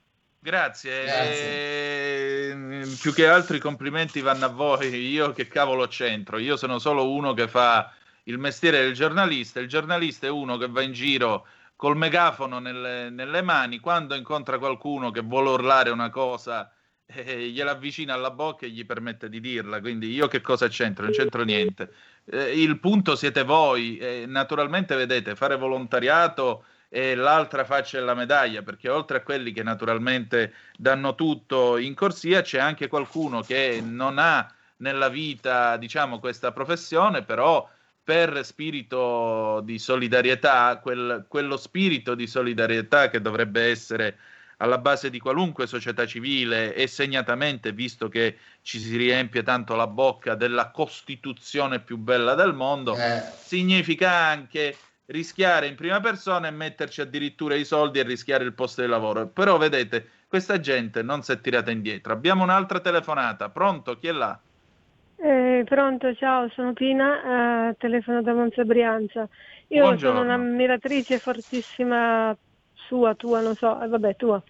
Grazie. Più che altro i complimenti vanno a voi. Io che cavolo c'entro? Io sono solo uno che fa il mestiere del giornalista. Il giornalista è uno che va in giro col megafono nelle mani, quando incontra qualcuno che vuole urlare una cosa, gliela avvicina alla bocca e gli permette di dirla. Quindi io che cosa c'entro? Non c'entro niente. Il punto siete voi. Naturalmente, vedete, fare volontariato è l'altra faccia della medaglia, perché oltre a quelli che naturalmente danno tutto in corsia, c'è anche qualcuno che non ha nella vita, diciamo, questa professione, però per spirito di solidarietà, quello spirito di solidarietà che dovrebbe essere alla base di qualunque società civile, e segnatamente, visto che ci si riempie tanto la bocca della Costituzione più bella del mondo, significa anche rischiare in prima persona e metterci addirittura i soldi e rischiare il posto di lavoro. Però vedete, questa gente non si è tirata indietro. Abbiamo un'altra telefonata. Pronto? Chi è là? Pronto, ciao, sono Pina, telefono da Monza Brianza. Io Buongiorno. sono un'ammiratrice fortissima tua, non so, vabbè, tua.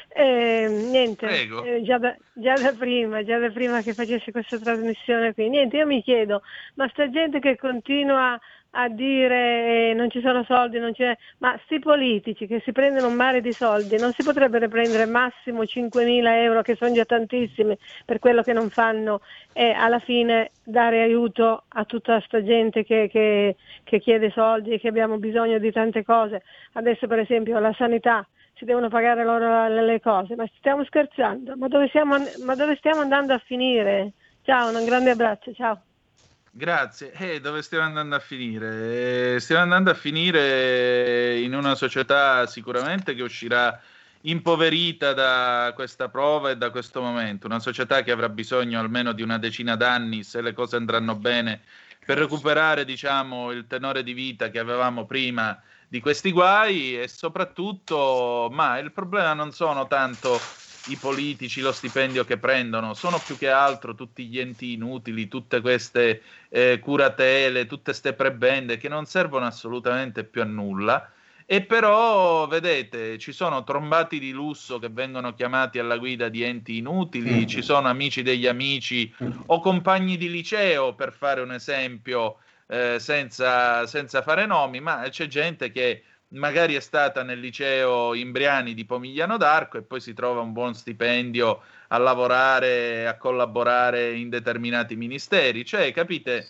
Niente, già da prima che facessi questa trasmissione qui, niente, io mi chiedo, ma sta gente che continua a dire non ci sono soldi, ma sti politici che si prendono un mare di soldi, non si potrebbero prendere massimo 5.000 euro, che sono già tantissimi per quello che non fanno, e alla fine dare aiuto a tutta sta gente che chiede soldi e che abbiamo bisogno di tante cose. Adesso per esempio la sanità, si devono pagare loro le cose, ma stiamo scherzando? Ma dove stiamo andando a finire? Ciao, un grande abbraccio, ciao. Grazie. Dove stiamo andando a finire? Stiamo andando a finire in una società sicuramente che uscirà impoverita da questa prova e da questo momento, una società che avrà bisogno almeno di una decina d'anni, se le cose andranno bene, per recuperare, diciamo, il tenore di vita che avevamo prima di questi guai. E soprattutto, ma il problema non sono tanto i politici, lo stipendio che prendono, sono più che altro tutti gli enti inutili, tutte queste curatele, tutte queste prebende che non servono assolutamente più a nulla. E però, vedete, ci sono trombati di lusso che vengono chiamati alla guida di enti inutili, ci sono amici degli amici o compagni di liceo, per fare un esempio, senza fare nomi, ma c'è gente che magari è stata nel liceo Imbriani di Pomigliano d'Arco e poi si trova un buon stipendio a lavorare, a collaborare in determinati ministeri. Cioè, capite,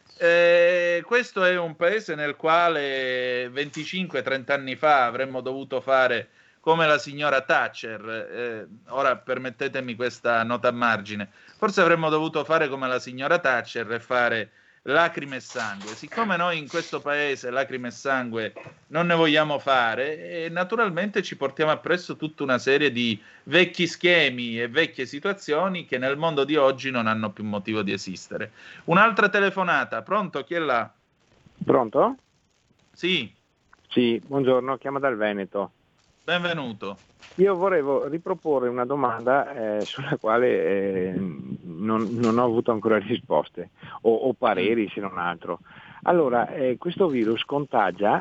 questo è un paese nel quale 25-30 anni fa avremmo dovuto fare come la signora Thatcher. Ora permettetemi questa nota a margine, forse avremmo dovuto fare come la signora Thatcher e fare lacrime e sangue. Siccome noi in questo paese lacrime e sangue non ne vogliamo fare, naturalmente ci portiamo appresso tutta una serie di vecchi schemi e vecchie situazioni che nel mondo di oggi non hanno più motivo di esistere. Un'altra telefonata. Pronto? Chi è là? Pronto? Sì, buongiorno, chiamo dal Veneto. benvenuto. Io volevo riproporre una domanda sulla quale non ho avuto ancora risposte o pareri, se non altro. Allora, questo virus contagia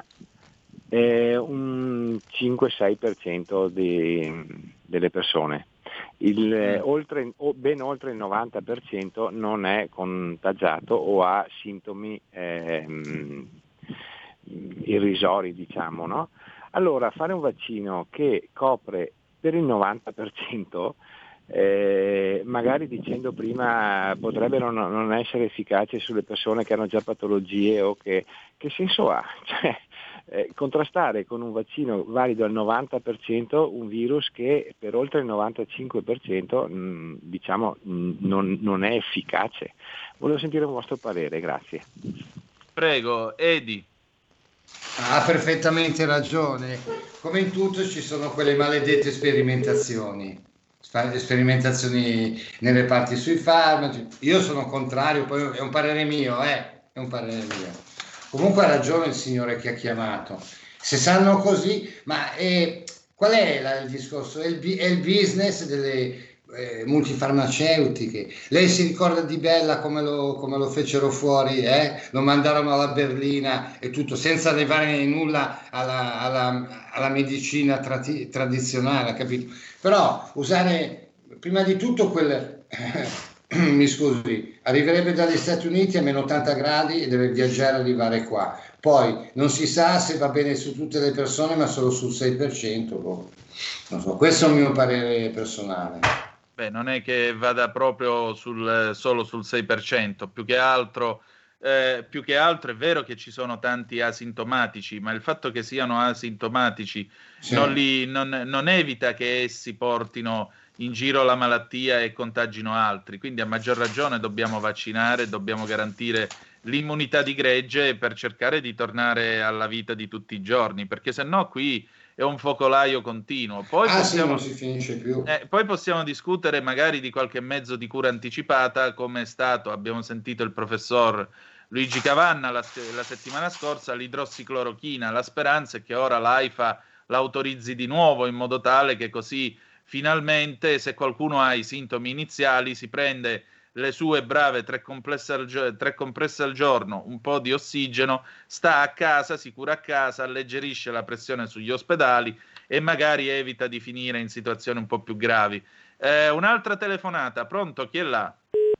un 5-6% delle persone. Ben oltre il 90% non è contagiato o ha sintomi irrisori, diciamo, no? Allora, fare un vaccino che copre per il 90%, magari dicendo prima potrebbero non essere efficaci sulle persone che hanno già patologie o che senso ha? Cioè, contrastare con un vaccino valido al 90% un virus che per oltre il 95% diciamo non è efficace. Volevo sentire un vostro parere, grazie. Prego, Edi. Ha perfettamente ragione. Come in tutto ci sono quelle maledette sperimentazioni nei reparti sui farmaci. Io sono contrario, poi è un parere mio, comunque ha ragione il signore che ha chiamato. Se sanno così, ma qual è il discorso? È il business delle multifarmaceutiche. Lei si ricorda di Bella come lo fecero fuori, lo mandarono alla berlina e tutto, senza levare nulla alla medicina tradizionale, capito? Però usare prima di tutto mi scusi, arriverebbe dagli Stati Uniti a meno 80 gradi e deve viaggiare e arrivare qua. Poi non si sa se va bene su tutte le persone, ma solo sul 6%. Non so, questo è il mio parere personale. Beh, non è che vada proprio solo sul 6%, più che altro è vero che ci sono tanti asintomatici, ma il fatto che siano asintomatici sì, non evita che essi portino in giro la malattia e contagino altri, quindi a maggior ragione dobbiamo vaccinare, dobbiamo garantire l'immunità di gregge per cercare di tornare alla vita di tutti i giorni, perché sennò qui è un focolaio continuo. Poi non si finisce più. Poi possiamo discutere magari di qualche mezzo di cura anticipata, come è stato, abbiamo sentito il professor Luigi Cavanna la settimana scorsa, l'idrossiclorochina. La speranza è che ora l'AIFA l'autorizzi di nuovo, in modo tale che così finalmente, se qualcuno ha i sintomi iniziali, si prende le sue brave 3 compresse al giorno, un po' di ossigeno, sta a casa, si cura a casa, alleggerisce la pressione sugli ospedali e magari evita di finire in situazioni un po' più gravi. Un'altra telefonata, pronto? Chi è là?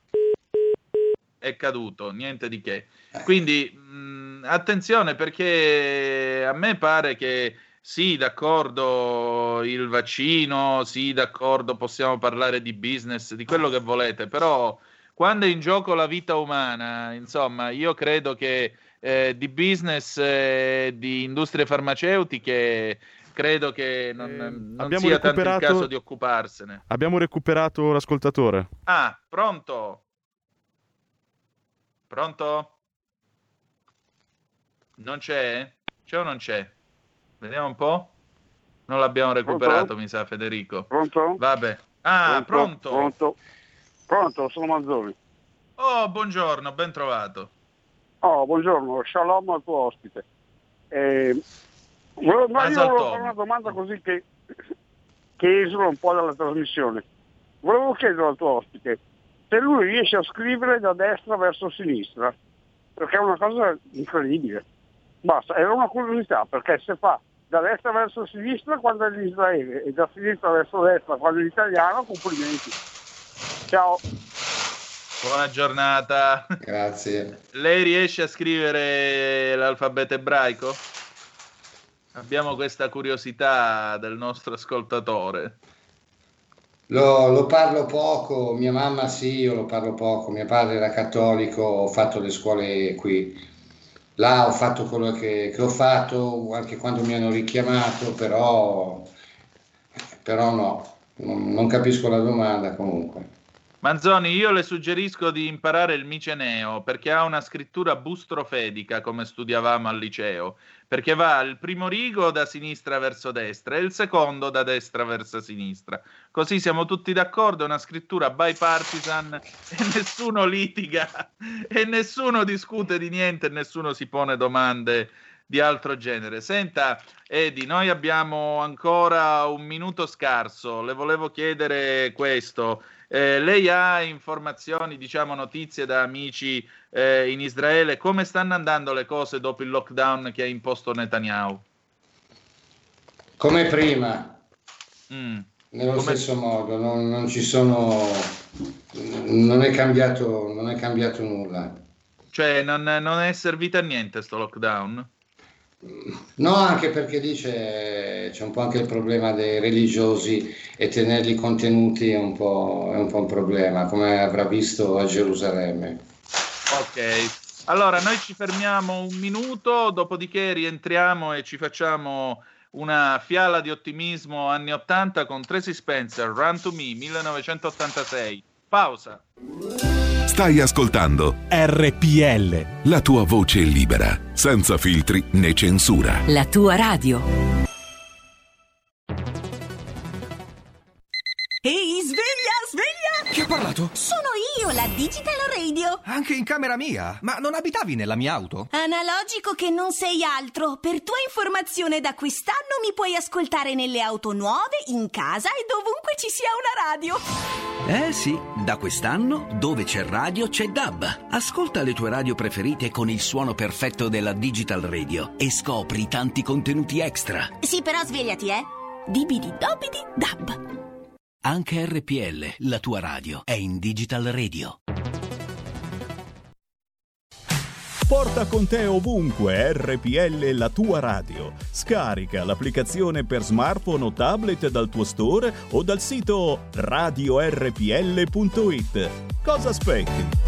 È caduto, niente di che. Quindi attenzione, perché a me pare che sì, d'accordo, il vaccino, sì, d'accordo, possiamo parlare di business, di quello che volete, però quando è in gioco la vita umana, insomma, io credo che di business, di industrie farmaceutiche, credo che non sia tanto il caso di occuparsene. Abbiamo recuperato l'ascoltatore. Ah, pronto? Pronto? Non c'è? C'è o non c'è? Vediamo un po'. Non l'abbiamo recuperato, pronto? Mi sa, Federico. Pronto? Vabbè. Ah, pronto? Pronto, sono Manzoni. Oh, buongiorno, ben trovato. Oh, buongiorno, shalom al tuo ospite. Io volevo fare una domanda così che esula un po' dalla trasmissione. Volevo chiedere al tuo ospite se lui riesce a scrivere da destra verso sinistra, perché è una cosa incredibile. Basta, era una curiosità, perché se fa da destra verso sinistra quando è l'Israele e da sinistra verso destra quando è l'italiano, complimenti. Ciao. Buona giornata. Grazie. Lei riesce a scrivere l'alfabeto ebraico? Abbiamo questa curiosità del nostro ascoltatore. Lo parlo poco, mia mamma sì, io lo parlo poco, mio padre era cattolico, ho fatto le scuole qui. Là ho fatto quello che ho fatto, anche quando mi hanno richiamato, però no, non capisco la domanda comunque. Manzoni, io le suggerisco di imparare il miceneo, perché ha una scrittura bustrofedica, come studiavamo al liceo, perché va il primo rigo da sinistra verso destra e il secondo da destra verso sinistra. Così siamo tutti d'accordo, è una scrittura bipartisan e nessuno litiga e nessuno discute di niente e nessuno si pone domande di altro genere. Senta, Edi, noi abbiamo ancora un minuto scarso, le volevo chiedere questo. Lei ha informazioni, diciamo notizie da amici in Israele? Come stanno andando le cose dopo il lockdown che ha imposto Netanyahu? Come prima, nello stesso modo, non ci sono, non è cambiato nulla. Cioè non è servito a niente sto lockdown? No, anche perché c'è un po' anche il problema dei religiosi e tenerli contenuti è un po' un problema, come avrà visto a Gerusalemme. Ok, allora noi ci fermiamo un minuto, dopodiché rientriamo e ci facciamo una fiala di ottimismo anni 80 con Tracy Spencer, Run to Me, 1986. Pausa. Stai ascoltando RPL, la tua voce libera, senza filtri né censura. La tua radio. Ehi, sveglia! Chi ha parlato? Sono io la Digital Radio. Anche in camera mia? Ma non abitavi nella mia auto? Analogico che non sei altro. Per tua informazione, da quest'anno mi puoi ascoltare nelle auto nuove, in casa e dovunque ci sia una radio. Sì, da quest'anno dove c'è radio c'è DAB. Ascolta le tue radio preferite con il suono perfetto della Digital Radio e scopri tanti contenuti extra. Sì, però svegliati, Dibidi dobidi DAB. Anche RPL, la tua radio, è in Digital Radio. Porta con te ovunque RPL, la tua radio. Scarica l'applicazione per smartphone o tablet dal tuo store o dal sito radiorpl.it. Cosa aspetti?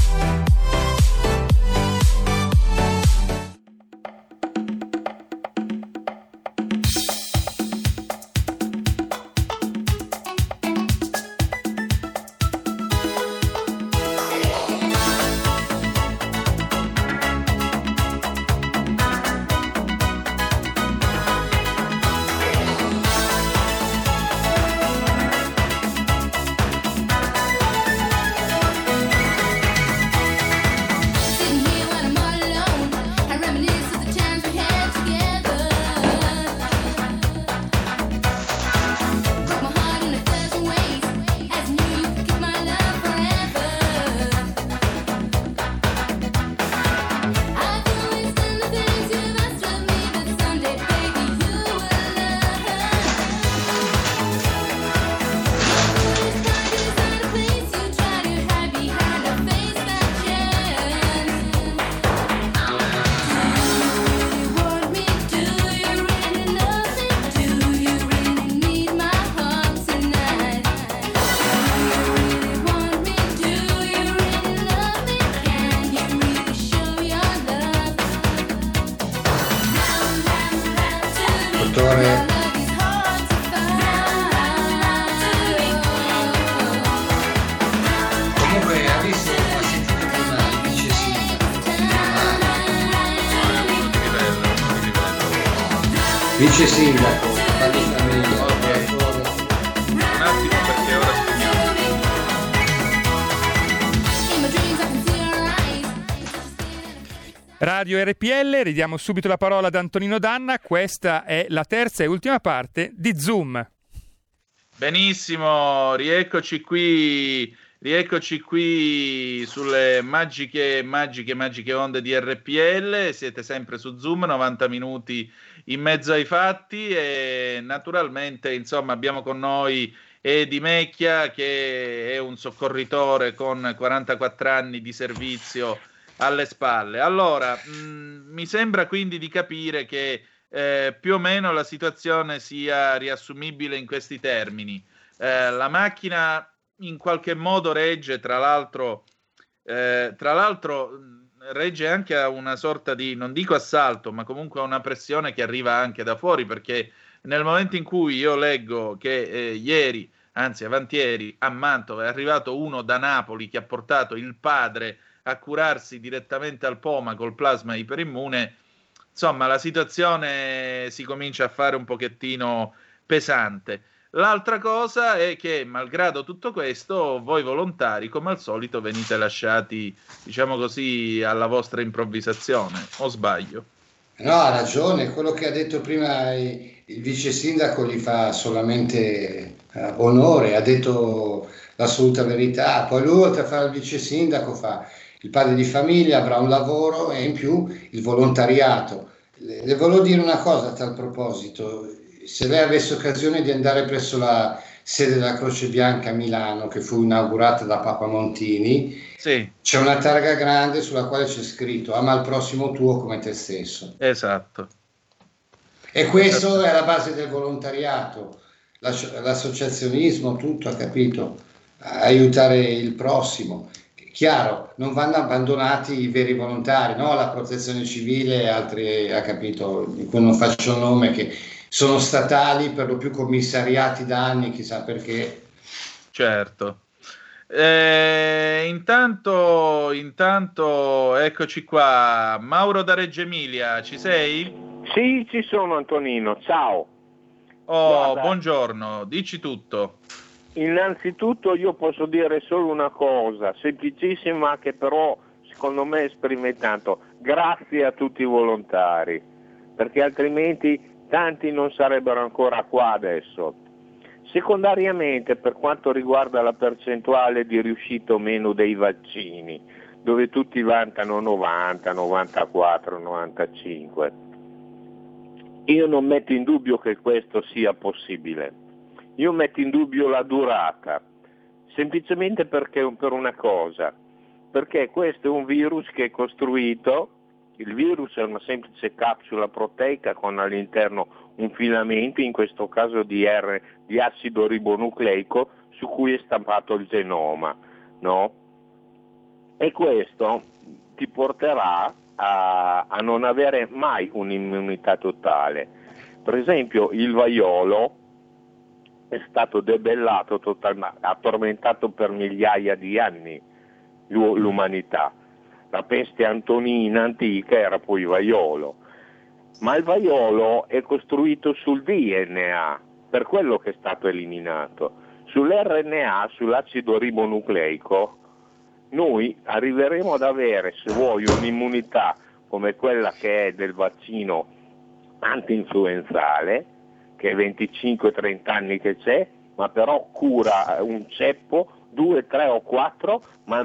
Vice sindaco, un attimo perché ora Radio RPL, ridiamo subito la parola ad Antonino Danna. Questa è la terza e ultima parte di Zoom. Benissimo, rieccoci qui sulle magiche onde di RPL. Siete sempre su Zoom, 90 minuti in mezzo ai fatti, e naturalmente insomma abbiamo con noi Edi Mecchia, che è un soccorritore con 44 anni di servizio alle spalle. Allora, mi sembra quindi di capire che più o meno la situazione sia riassumibile in questi termini. La macchina in qualche modo regge, tra l'altro regge anche a una sorta di, non dico assalto, ma comunque a una pressione che arriva anche da fuori, perché nel momento in cui io leggo che ieri, anzi avantieri, a Mantova è arrivato uno da Napoli che ha portato il padre a curarsi direttamente al Poma col plasma iperimmune, insomma la situazione si comincia a fare un pochettino pesante. L'altra cosa è che, malgrado tutto questo, voi volontari, come al solito, venite lasciati, diciamo così, alla vostra improvvisazione, o sbaglio? No, ha ragione, quello che ha detto prima il vice sindaco gli fa solamente onore, ha detto l'assoluta verità. Poi lui, oltre a fare il vice sindaco, fa il padre di famiglia, avrà un lavoro e in più il volontariato. Le volevo dire una cosa a tal proposito. Se lei avesse occasione di andare presso la sede della Croce Bianca a Milano, che fu inaugurata da Papa Montini, sì, c'è una targa grande sulla quale c'è scritto "ama il prossimo tuo come te stesso". Esatto. E questo è la base del volontariato, l'associazionismo, tutto, ha capito? Aiutare il prossimo. Chiaro, non vanno abbandonati i veri volontari, no? La protezione civile e altri, ha capito, di cui non faccio il nome, che sono statali, per lo più commissariati da anni, chissà perché. Certo. Intanto eccoci qua. Mauro da Reggio Emilia, ci sei? Sì, ci sono, Antonino, ciao. Oh, buongiorno, dici tutto. Innanzitutto io posso dire solo una cosa, semplicissima, che però secondo me esprime tanto. Grazie a tutti i volontari, perché altrimenti tanti non sarebbero ancora qua adesso. Secondariamente, per quanto riguarda la percentuale di riuscita o meno dei vaccini, dove tutti vantano 90, 94, 95, io non metto in dubbio che questo sia possibile. Io metto in dubbio la durata, semplicemente perché per una cosa, perché questo è un virus che è costruito, il virus è una semplice capsula proteica con all'interno un filamento, in questo caso di acido ribonucleico, su cui è stampato il genoma, no? E questo ti porterà a non avere mai un'immunità totale. Per esempio il vaiolo è stato debellato totalmente, ha tormentato per migliaia di anni l'umanità. La peste antonina antica era poi vaiolo, ma il vaiolo è costruito sul DNA, per quello che è stato eliminato. Sull'RNA, sull'acido ribonucleico, noi arriveremo ad avere, se vuoi, un'immunità come quella che è del vaccino anti-influenzale, che è 25-30 anni che c'è, ma però cura un ceppo, 2, 3 o 4, ma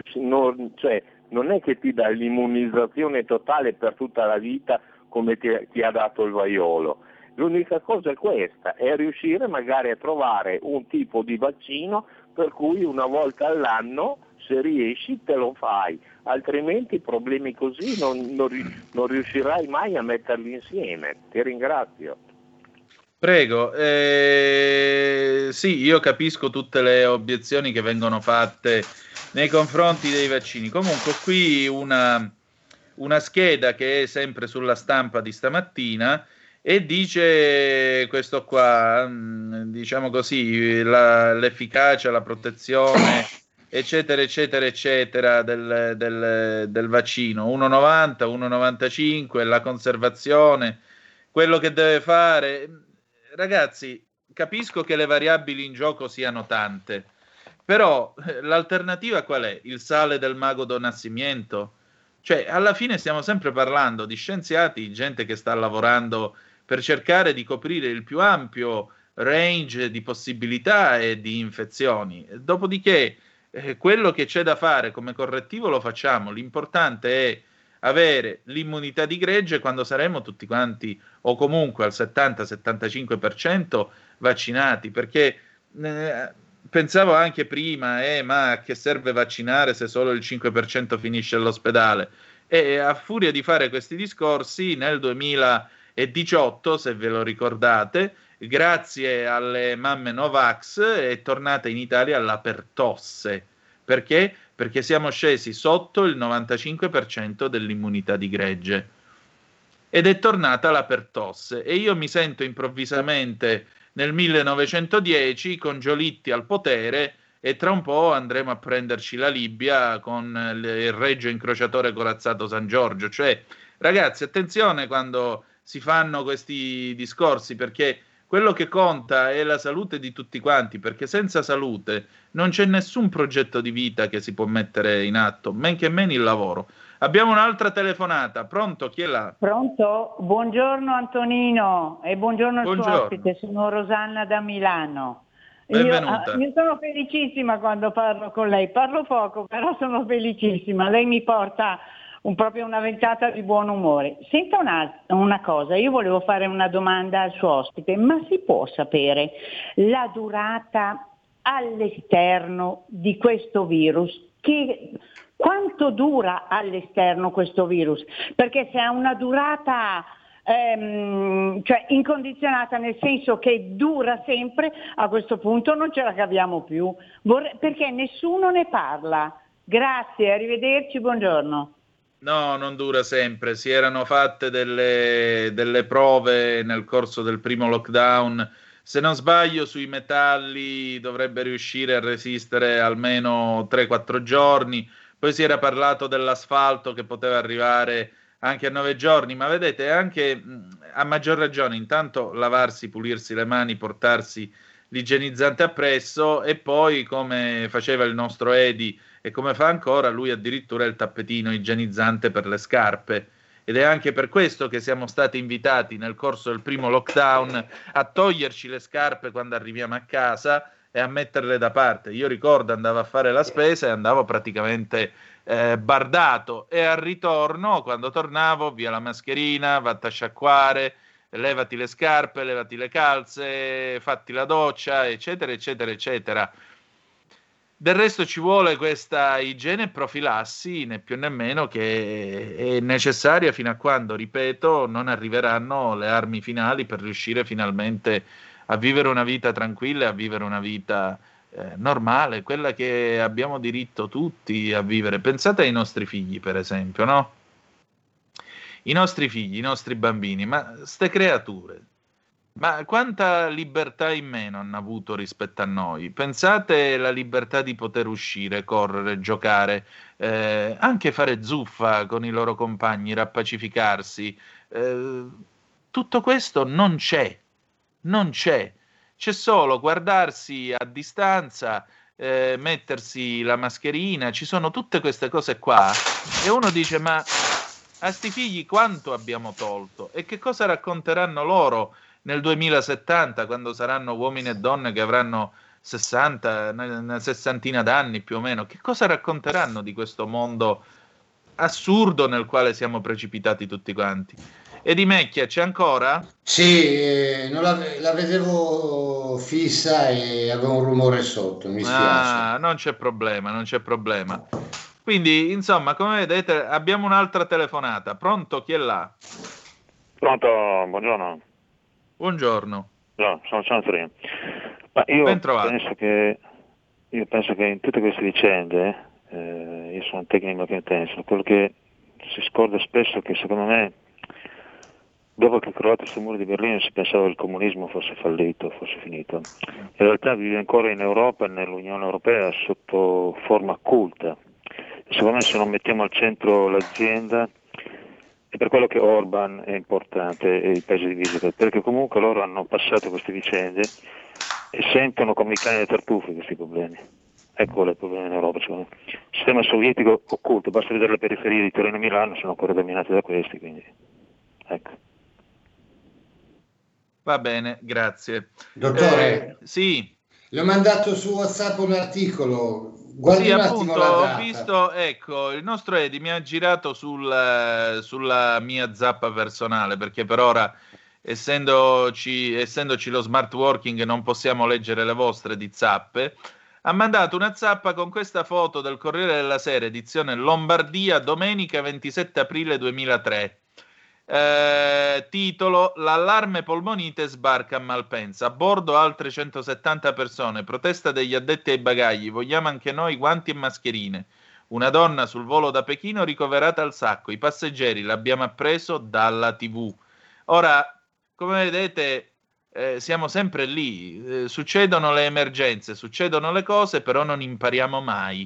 non è che ti dà l'immunizzazione totale per tutta la vita come ti ha dato il vaiolo. L'unica cosa è questa, è riuscire magari a trovare un tipo di vaccino per cui una volta all'anno, se riesci, te lo fai, altrimenti problemi così non riuscirai mai a metterli insieme. Ti ringrazio. Prego, sì, io capisco tutte le obiezioni che vengono fatte nei confronti dei vaccini. Comunque qui una scheda che è sempre sulla stampa di stamattina e dice questo qua, diciamo così, l'efficacia, la protezione, eccetera, eccetera, eccetera, del vaccino, 1,90, 1,95, la conservazione, quello che deve fare. Ragazzi, capisco che le variabili in gioco siano tante, però l'alternativa qual è? Il sale del mago Don Nascimento? Cioè, alla fine stiamo sempre parlando di scienziati, gente che sta lavorando per cercare di coprire il più ampio range di possibilità e di infezioni. Dopodiché, quello che c'è da fare come correttivo lo facciamo. L'importante è avere l'immunità di gregge quando saremo tutti quanti o comunque al 70-75% vaccinati, perché pensavo anche prima ma a che serve vaccinare se solo il 5% finisce all'ospedale, e a furia di fare questi discorsi nel 2018, se ve lo ricordate, grazie alle mamme Novax è tornata in Italia la pertosse. Perché? Perché siamo scesi sotto il 95% dell'immunità di gregge ed è tornata la pertosse, e io mi sento improvvisamente nel 1910 con Giolitti al potere e tra un po' andremo a prenderci la Libia con il Regio Incrociatore Corazzato San Giorgio. Cioè, ragazzi, attenzione quando si fanno questi discorsi, perché quello che conta è la salute di tutti quanti, perché senza salute non c'è nessun progetto di vita che si può mettere in atto, men che meno il lavoro. Abbiamo un'altra telefonata. Pronto? Chi è là? Pronto? Buongiorno Antonino e buongiorno al suo ospite, sono Rosanna da Milano. Benvenuta. Io sono felicissima quando parlo con lei, parlo poco, però sono felicissima. Lei mi porta proprio una ventata di buon umore. Senta una cosa, io volevo fare una domanda al suo ospite, ma si può sapere la durata all'esterno di questo virus? Quanto dura all'esterno questo virus? Perché se ha una durata cioè incondizionata, nel senso che dura sempre, a questo punto non ce la caviamo più, perché nessuno ne parla. Grazie, arrivederci, buongiorno. No, non dura sempre. Si erano fatte delle prove nel corso del primo lockdown. Se non sbaglio, sui metalli dovrebbe riuscire a resistere almeno 3-4 giorni. Poi si era parlato dell'asfalto che poteva arrivare anche a 9 giorni. Ma vedete, anche a maggior ragione, intanto lavarsi, pulirsi le mani, portarsi l'igienizzante appresso, e poi, come faceva il nostro Edi e come fa ancora, lui addirittura il tappetino igienizzante per le scarpe. Ed è anche per questo che siamo stati invitati nel corso del primo lockdown a toglierci le scarpe quando arriviamo a casa e a metterle da parte. Io ricordo, andavo a fare la spesa e andavo praticamente bardato, e al ritorno, quando tornavo, via la mascherina, vatti a sciacquare, levati le scarpe, levati le calze, fatti la doccia, eccetera, eccetera, eccetera. Del resto ci vuole questa igiene e profilassi, né più né meno, che è necessaria fino a quando, ripeto, non arriveranno le armi finali per riuscire finalmente a vivere una vita tranquilla e a vivere una vita normale, quella che abbiamo diritto tutti a vivere. Pensate ai nostri figli, per esempio, no? I nostri figli, i nostri bambini, ma ste creature, ma quanta libertà in meno hanno avuto rispetto a noi? Pensate alla libertà di poter uscire, correre, giocare, anche fare zuffa con i loro compagni, rappacificarsi. Tutto questo non c'è, c'è solo guardarsi a distanza, mettersi la mascherina, ci sono tutte queste cose qua, e uno dice: ma a sti figli quanto abbiamo tolto? E che cosa racconteranno loro nel 2070, quando saranno uomini e donne che avranno 60, una sessantina d'anni più o meno? Che cosa racconteranno di questo mondo assurdo nel quale siamo precipitati tutti quanti? E di Mecchia c'è ancora? Sì, non la vedevo fissa e aveva un rumore sotto, mi spiace. Non c'è problema. Quindi, insomma, come vedete, abbiamo un'altra telefonata. Pronto? Chi è là? Pronto, buongiorno. Buongiorno. No, sono Torino. Ma io penso che in tutte queste vicende, io sono un tecnico che penso, quello che si scorda spesso è che, secondo me, dopo che è crollato questo muro di Berlino, si pensava che il comunismo fosse fallito, fosse finito. In realtà vive ancora in Europa e nell'Unione Europea sotto forma occulta. Secondo me, se non mettiamo al centro l'azienda, è per quello che Orban è importante e i paesi di visita, perché comunque loro hanno passato queste vicende e sentono come i cani e le tartufe questi problemi. Ecco qual è il problema in Europa, secondo me. Il sistema sovietico occulto, basta vedere le periferie di Torino e Milano, sono ancora dominate da questi, quindi ecco. Va bene, grazie. Dottore? Sì. Le ho mandato su WhatsApp un articolo. Guardi un attimo la data. Ho visto, ecco, il nostro Edi mi ha girato sulla mia zappa personale, perché per ora, essendoci lo smart working, non possiamo leggere le vostre di zappe. Ha mandato una zappa con questa foto del Corriere della Sera, edizione Lombardia, domenica 27 aprile 2003. Titolo: l'allarme polmonite sbarca a Malpensa, a bordo altre 170 persone, protesta degli addetti ai bagagli, vogliamo anche noi guanti e mascherine, una donna sul volo da Pechino ricoverata al sacco, i passeggeri l'abbiamo appreso dalla TV. Ora, come vedete, siamo sempre lì, succedono le emergenze, succedono le cose, però non impariamo mai,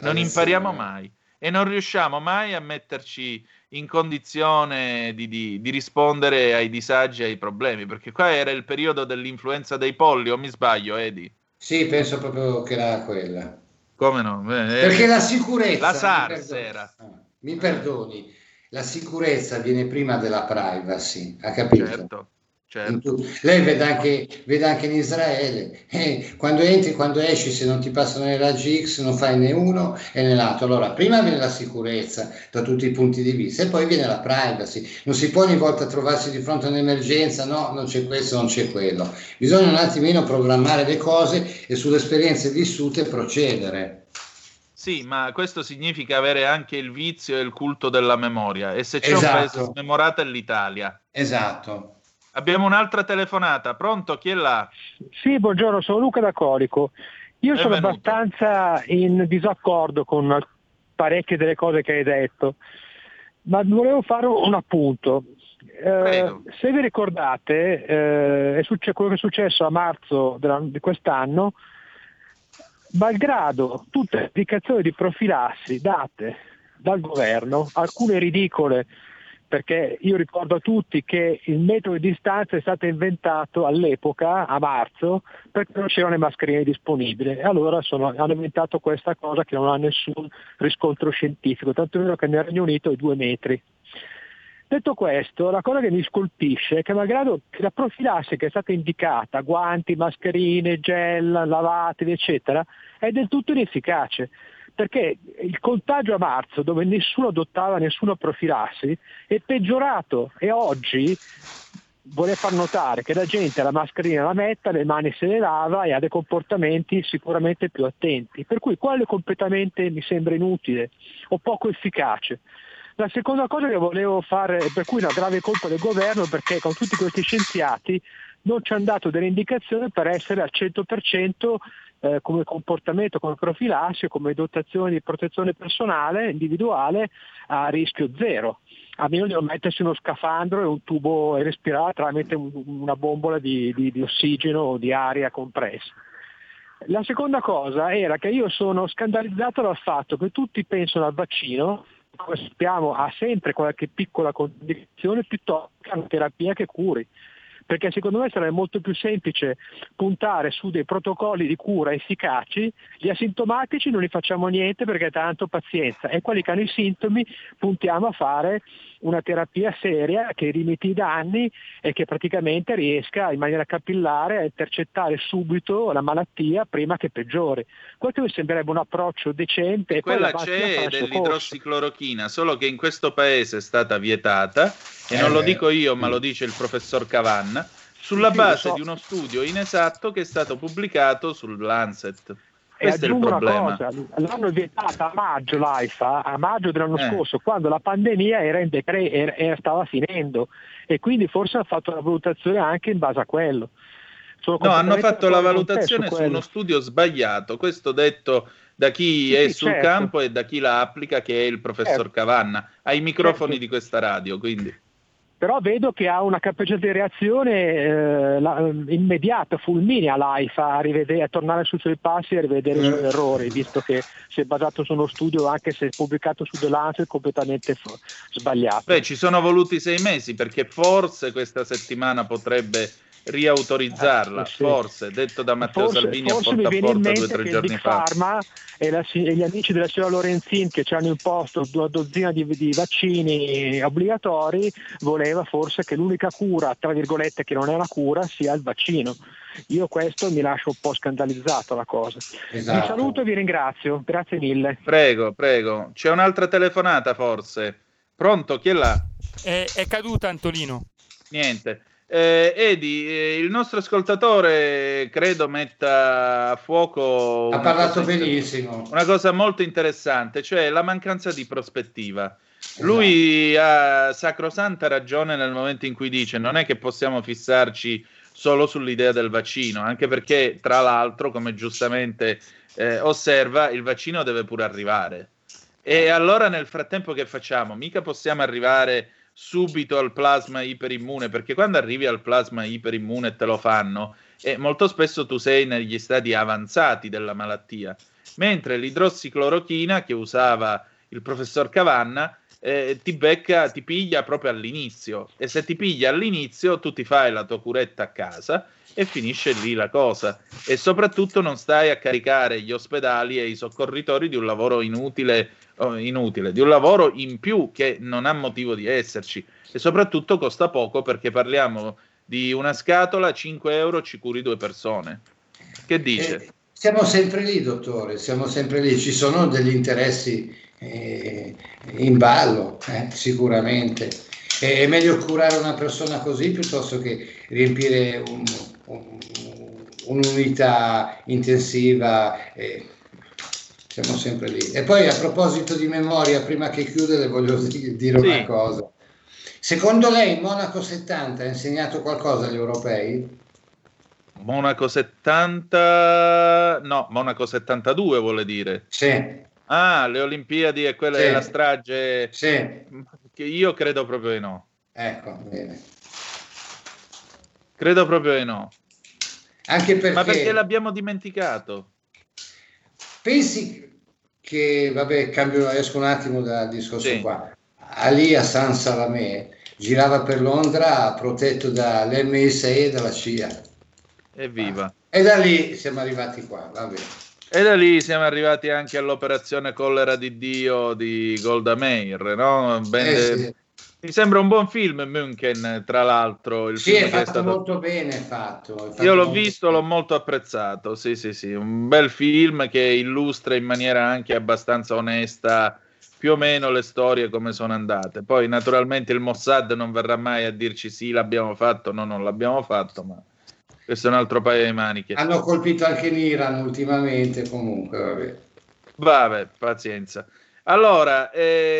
e non riusciamo mai a metterci in condizione di rispondere ai disagi e ai problemi, perché qua era il periodo dell'influenza dei polli, o mi sbaglio, Edi? Sì, penso proprio che era quella. Come no? Perché la sicurezza... La SARS era. Mi perdoni, la sicurezza viene prima della privacy, ha capito? Certo. Lei vede anche in Israele, quando entri, quando esci, se non ti passano i raggi X non fai né uno e né l'altro. Allora prima viene la sicurezza da tutti i punti di vista e poi viene la privacy. Non si può ogni volta trovarsi di fronte a un'emergenza, no, non c'è questo, non c'è quello. Bisogna un attimino programmare le cose e sulle esperienze vissute procedere. Sì, ma questo significa avere anche il vizio e il culto della memoria, e se c'è un paese smemorato è l'Italia. Esatto. Abbiamo un'altra telefonata. Pronto? Chi è là? Sì, buongiorno, sono Luca da Colico. Io sono abbastanza in disaccordo con parecchie delle cose che hai detto, ma volevo fare un appunto. Se vi ricordate, quello che è successo a marzo di quest'anno, malgrado tutte le indicazioni di profilassi date dal governo, alcune ridicole, perché io ricordo a tutti che il metodo di distanza è stato inventato all'epoca, a marzo, perché non c'erano le mascherine disponibili, e allora hanno inventato questa cosa che non ha nessun riscontro scientifico, tanto vero che nel Regno Unito è 2 metri. Detto questo, la cosa che mi scolpisce è che malgrado la profilassi che è stata indicata, guanti, mascherine, gel, lavatevi, eccetera, è del tutto inefficace, perché il contagio a marzo, dove nessuno adottava nessuna profilassi, è peggiorato, e oggi vorrei far notare che la gente la mascherina la metta, le mani se le lava e ha dei comportamenti sicuramente più attenti, per cui quello completamente mi sembra inutile o poco efficace. La seconda cosa che volevo fare, per cui una grave colpa del governo, perché con tutti questi scienziati non ci hanno dato delle indicazioni per essere al 100% come comportamento, come profilassi, come dotazione di protezione personale, individuale, a rischio zero, a meno di non mettersi uno scafandro e un tubo e respirare tramite una bombola di ossigeno o di aria compressa. La seconda cosa era che io sono scandalizzato dal fatto che tutti pensano al vaccino, come sappiamo ha sempre qualche piccola condizione, piuttosto che una terapia che curi, perché secondo me sarebbe molto più semplice puntare su dei protocolli di cura efficaci. Gli asintomatici non li facciamo niente perché tanto pazienza, e quelli che hanno i sintomi puntiamo a fare una terapia seria che limiti i danni e che praticamente riesca in maniera capillare a intercettare subito la malattia prima che peggiori. Questo mi sembrerebbe un approccio decente. Quella c'è dell'idrossiclorochina, solo che in questo paese è stata vietata, e non lo dico io ma lo dice il professor Cavanna, sulla base di uno studio inesatto che è stato pubblicato sul Lancet. Questo è il problema. Una cosa, l'hanno vietata a maggio l'AIFA, a maggio dell'anno scorso, quando la pandemia era in stava finendo, e quindi forse hanno fatto una valutazione anche in base a quello. No, hanno fatto la valutazione su uno studio sbagliato, questo detto da chi è sul campo e da chi la applica, che è il professor Cavanna, ai microfoni di questa radio, quindi. Però vedo che ha una capacità di reazione immediata, fulminea l'AIFA a tornare sui suoi passi e a rivedere i suoi errori, visto che si è basato su uno studio, anche se pubblicato su The Lancet, completamente sbagliato. Beh, ci sono voluti 6 mesi, perché forse questa settimana potrebbe riautorizzarla, forse, detto da Matteo Salvini a Porta a Porta 2 o 3 giorni fa. Pharma e gli amici della signora Lorenzin, che ci hanno imposto 2 dozzine di vaccini obbligatori, voleva forse che l'unica cura, tra virgolette, che non è una cura, sia il vaccino. Io questo mi lascio un po' scandalizzato la cosa. Esatto. Vi saluto e vi ringrazio, grazie mille. Prego, c'è un'altra telefonata forse. Pronto, chi è là? È caduta Antonino. Niente. Edi, il nostro ascoltatore credo metta a fuoco, ha parlato benissimo, una cosa molto interessante, cioè la mancanza di prospettiva. Lui ha sacrosanta ragione nel momento in cui dice non è che possiamo fissarci solo sull'idea del vaccino, anche perché tra l'altro, come giustamente osserva, il vaccino deve pure arrivare, e allora nel frattempo che facciamo? Mica possiamo arrivare subito al plasma iperimmune, perché quando arrivi al plasma iperimmune te lo fanno, e molto spesso tu sei negli stadi avanzati della malattia, mentre l'idrossiclorochina che usava il professor Cavanna ti piglia proprio all'inizio, e se ti piglia all'inizio tu ti fai la tua curetta a casa e finisce lì la cosa, e soprattutto non stai a caricare gli ospedali e i soccorritori di un lavoro inutile, di un lavoro in più che non ha motivo di esserci, e soprattutto costa poco, perché parliamo di una scatola, 5 euro ci curi 2 persone. Che dice? Siamo sempre lì, dottore, siamo sempre lì, ci sono degli interessi in ballo, sicuramente. È meglio curare una persona così piuttosto che riempire un'unità intensiva. Siamo sempre lì. E poi, a proposito di memoria, prima che chiude, le voglio dire una cosa. Secondo lei Monaco 70 ha insegnato qualcosa agli europei? Monaco 70... no, Monaco 72 vuole dire. Sì. Ah, le Olimpiadi e quella della strage? Sì. Che io credo proprio di no. Ecco, bene. Credo proprio di no. Anche perché... Ma perché l'abbiamo dimenticato? Pensi che, vabbè, esco un attimo dal discorso qua. Ali Hassan Salamé girava per Londra protetto dall'MI6 e dalla CIA. Evviva! E da lì siamo arrivati qua, va bene. E da lì siamo arrivati anche all'operazione Collera di Dio di Golda Meir, no? Sì. Mi sembra un buon film, München, tra l'altro. Il film è fatto stato molto bene, fatto. Io l'ho visto, l'ho molto apprezzato, sì, un bel film che illustra in maniera anche abbastanza onesta più o meno le storie come sono andate. Poi naturalmente il Mossad non verrà mai a dirci sì, l'abbiamo fatto, no, non l'abbiamo fatto, ma questo è un altro paio di maniche. Hanno colpito anche l'Iran ultimamente, comunque, vabbè, pazienza. Allora,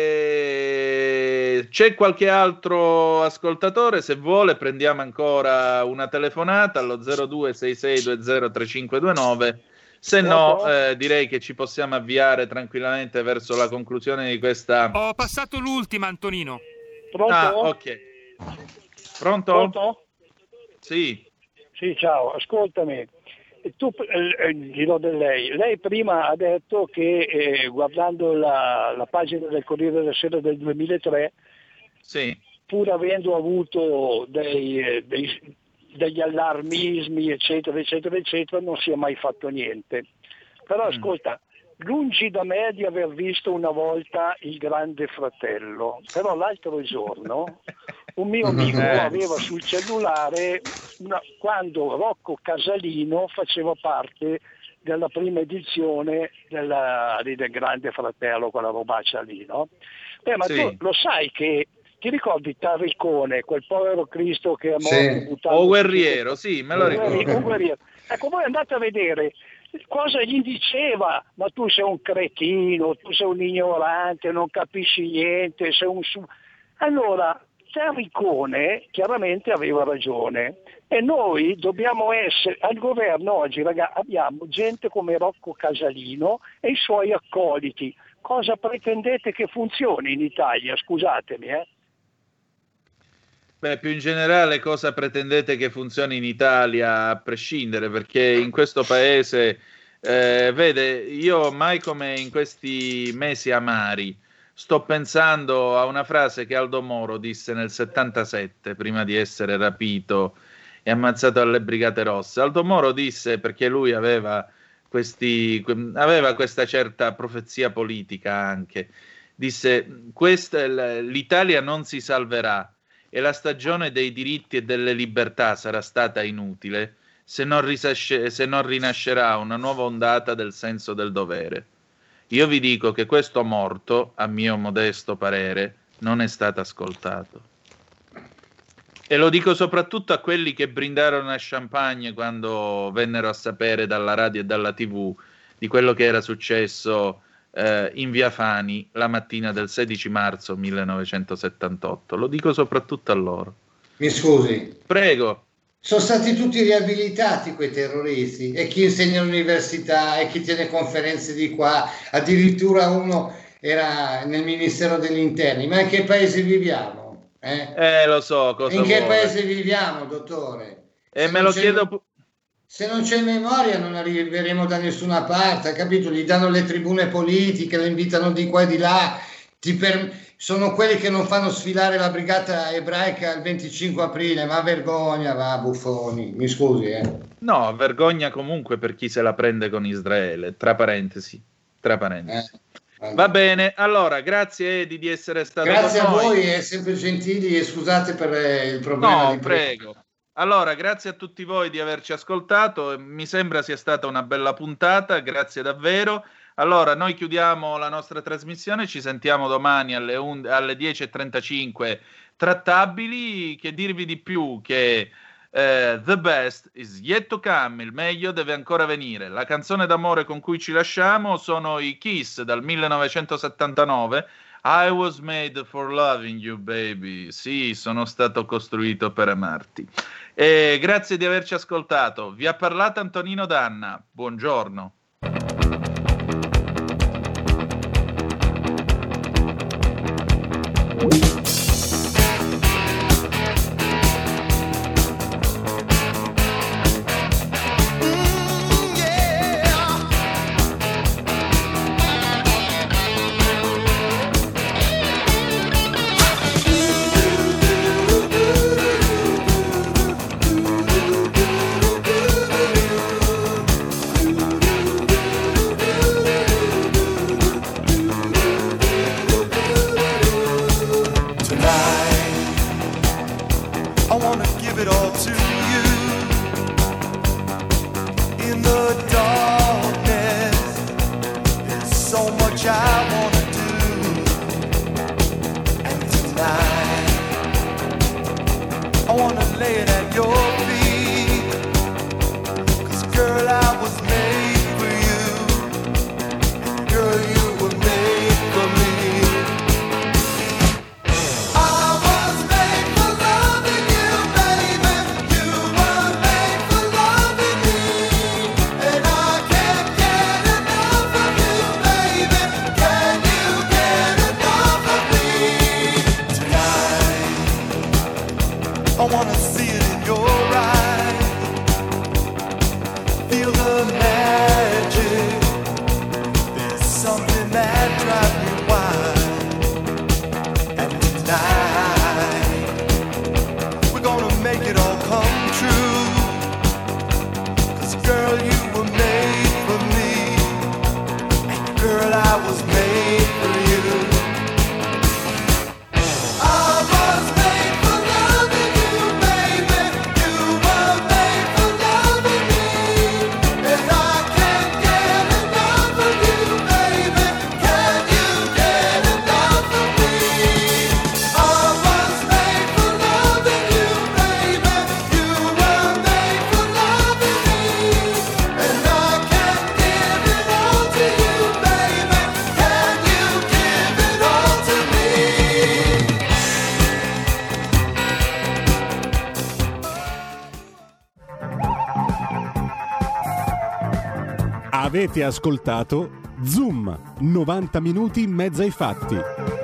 c'è qualche altro ascoltatore? Se vuole prendiamo ancora una telefonata allo 0266203529. Se no, direi che ci possiamo avviare tranquillamente verso la conclusione di questa... Ho passato l'ultima, Antonino. Pronto? Ah, ok. Pronto? Sì. Sì, ciao, ascoltami. Tu dirò di lei prima ha detto che guardando la pagina del Corriere della Sera del 2003, sì, pur avendo avuto degli allarmismi eccetera non si è mai fatto niente. Però ascolta, lungi da me di aver visto una volta Il Grande Fratello, però l'altro giorno un mio amico aveva sul cellulare quando Rocco Casalino faceva parte della prima edizione del Grande Fratello, quella robaccia lì, no? Ma sì. Tu lo sai che ti ricordi Tarricone, quel povero Cristo che è morto? O Guerriero, sì, me lo ricordo. Ecco, voi andate a vedere cosa gli diceva, ma tu sei un cretino, tu sei un ignorante, non capisci niente, sei un... Allora, Tarricone chiaramente aveva ragione e noi dobbiamo essere al governo oggi, ragazzi, abbiamo gente come Rocco Casalino e i suoi accoliti. Cosa pretendete che funzioni in Italia? Scusatemi, Beh, più in generale cosa pretendete che funzioni in Italia a prescindere, perché in questo paese vede, io mai come in questi mesi amari sto pensando a una frase che Aldo Moro disse nel 77 prima di essere rapito e ammazzato alle Brigate Rosse. Aldo Moro disse, perché lui aveva questa certa profezia politica anche, disse l'Italia non si salverà e la stagione dei diritti e delle libertà sarà stata inutile se non rinascerà una nuova ondata del senso del dovere. Io vi dico che questo morto, a mio modesto parere, non è stato ascoltato. E lo dico soprattutto a quelli che brindarono a champagne quando vennero a sapere dalla radio e dalla TV di quello che era successo in Via Fani la mattina del 16 marzo 1978. Lo dico soprattutto a loro. Mi scusi? Prego. Sono stati tutti riabilitati quei terroristi, e chi insegna all'università e chi tiene conferenze di qua, addirittura uno era nel Ministero degli Interni. Ma in che paese viviamo? Lo so cosa in che vuole. Paese viviamo, dottore? Me lo chiedo. Se non c'è memoria non arriveremo da nessuna parte, capito? Gli danno le tribune politiche, le invitano di qua e di là, sono quelli che non fanno sfilare la brigata ebraica il 25 aprile, ma vergogna, va, buffoni, mi scusi. No, vergogna comunque per chi se la prende con Israele, tra parentesi. Va bene, allora, grazie Edi di essere stato grazie con noi. Grazie a voi, è sempre gentili e scusate per il problema. No, prego. Allora, grazie a tutti voi di averci ascoltato, mi sembra sia stata una bella puntata, grazie davvero. Allora, noi chiudiamo la nostra trasmissione, ci sentiamo domani alle 10:35 trattabili. Che dirvi di più che the best is yet to come, il meglio deve ancora venire. La canzone d'amore con cui ci lasciamo sono i Kiss dal 1979, I was made for loving you baby, sì, sono stato costruito per amarti. E grazie di averci ascoltato, vi ha parlato Antonino Danna, buongiorno. wanna lay it at your feet, 'cause girl, I was made for you. Girl, you were made for me. I was made for loving you, baby. You were made for loving me, and I can't get enough of you, baby. Can you get enough of me tonight? I wanna see it in your eyes, feel the magic. There's something that drives me wild, and tonight we're gonna make it all come true. 'Cause girl, you were made for me, and girl, I was made for you. I was made for loving you, baby. You were made for loving me, and I can't get enough of you, baby. Can you get enough of me? I was made for loving you, baby. You were made for loving me, and I can't give it all to you, baby. Can you give it all to me? Avete ascoltato Zoom, 90 minuti in mezzo ai fatti.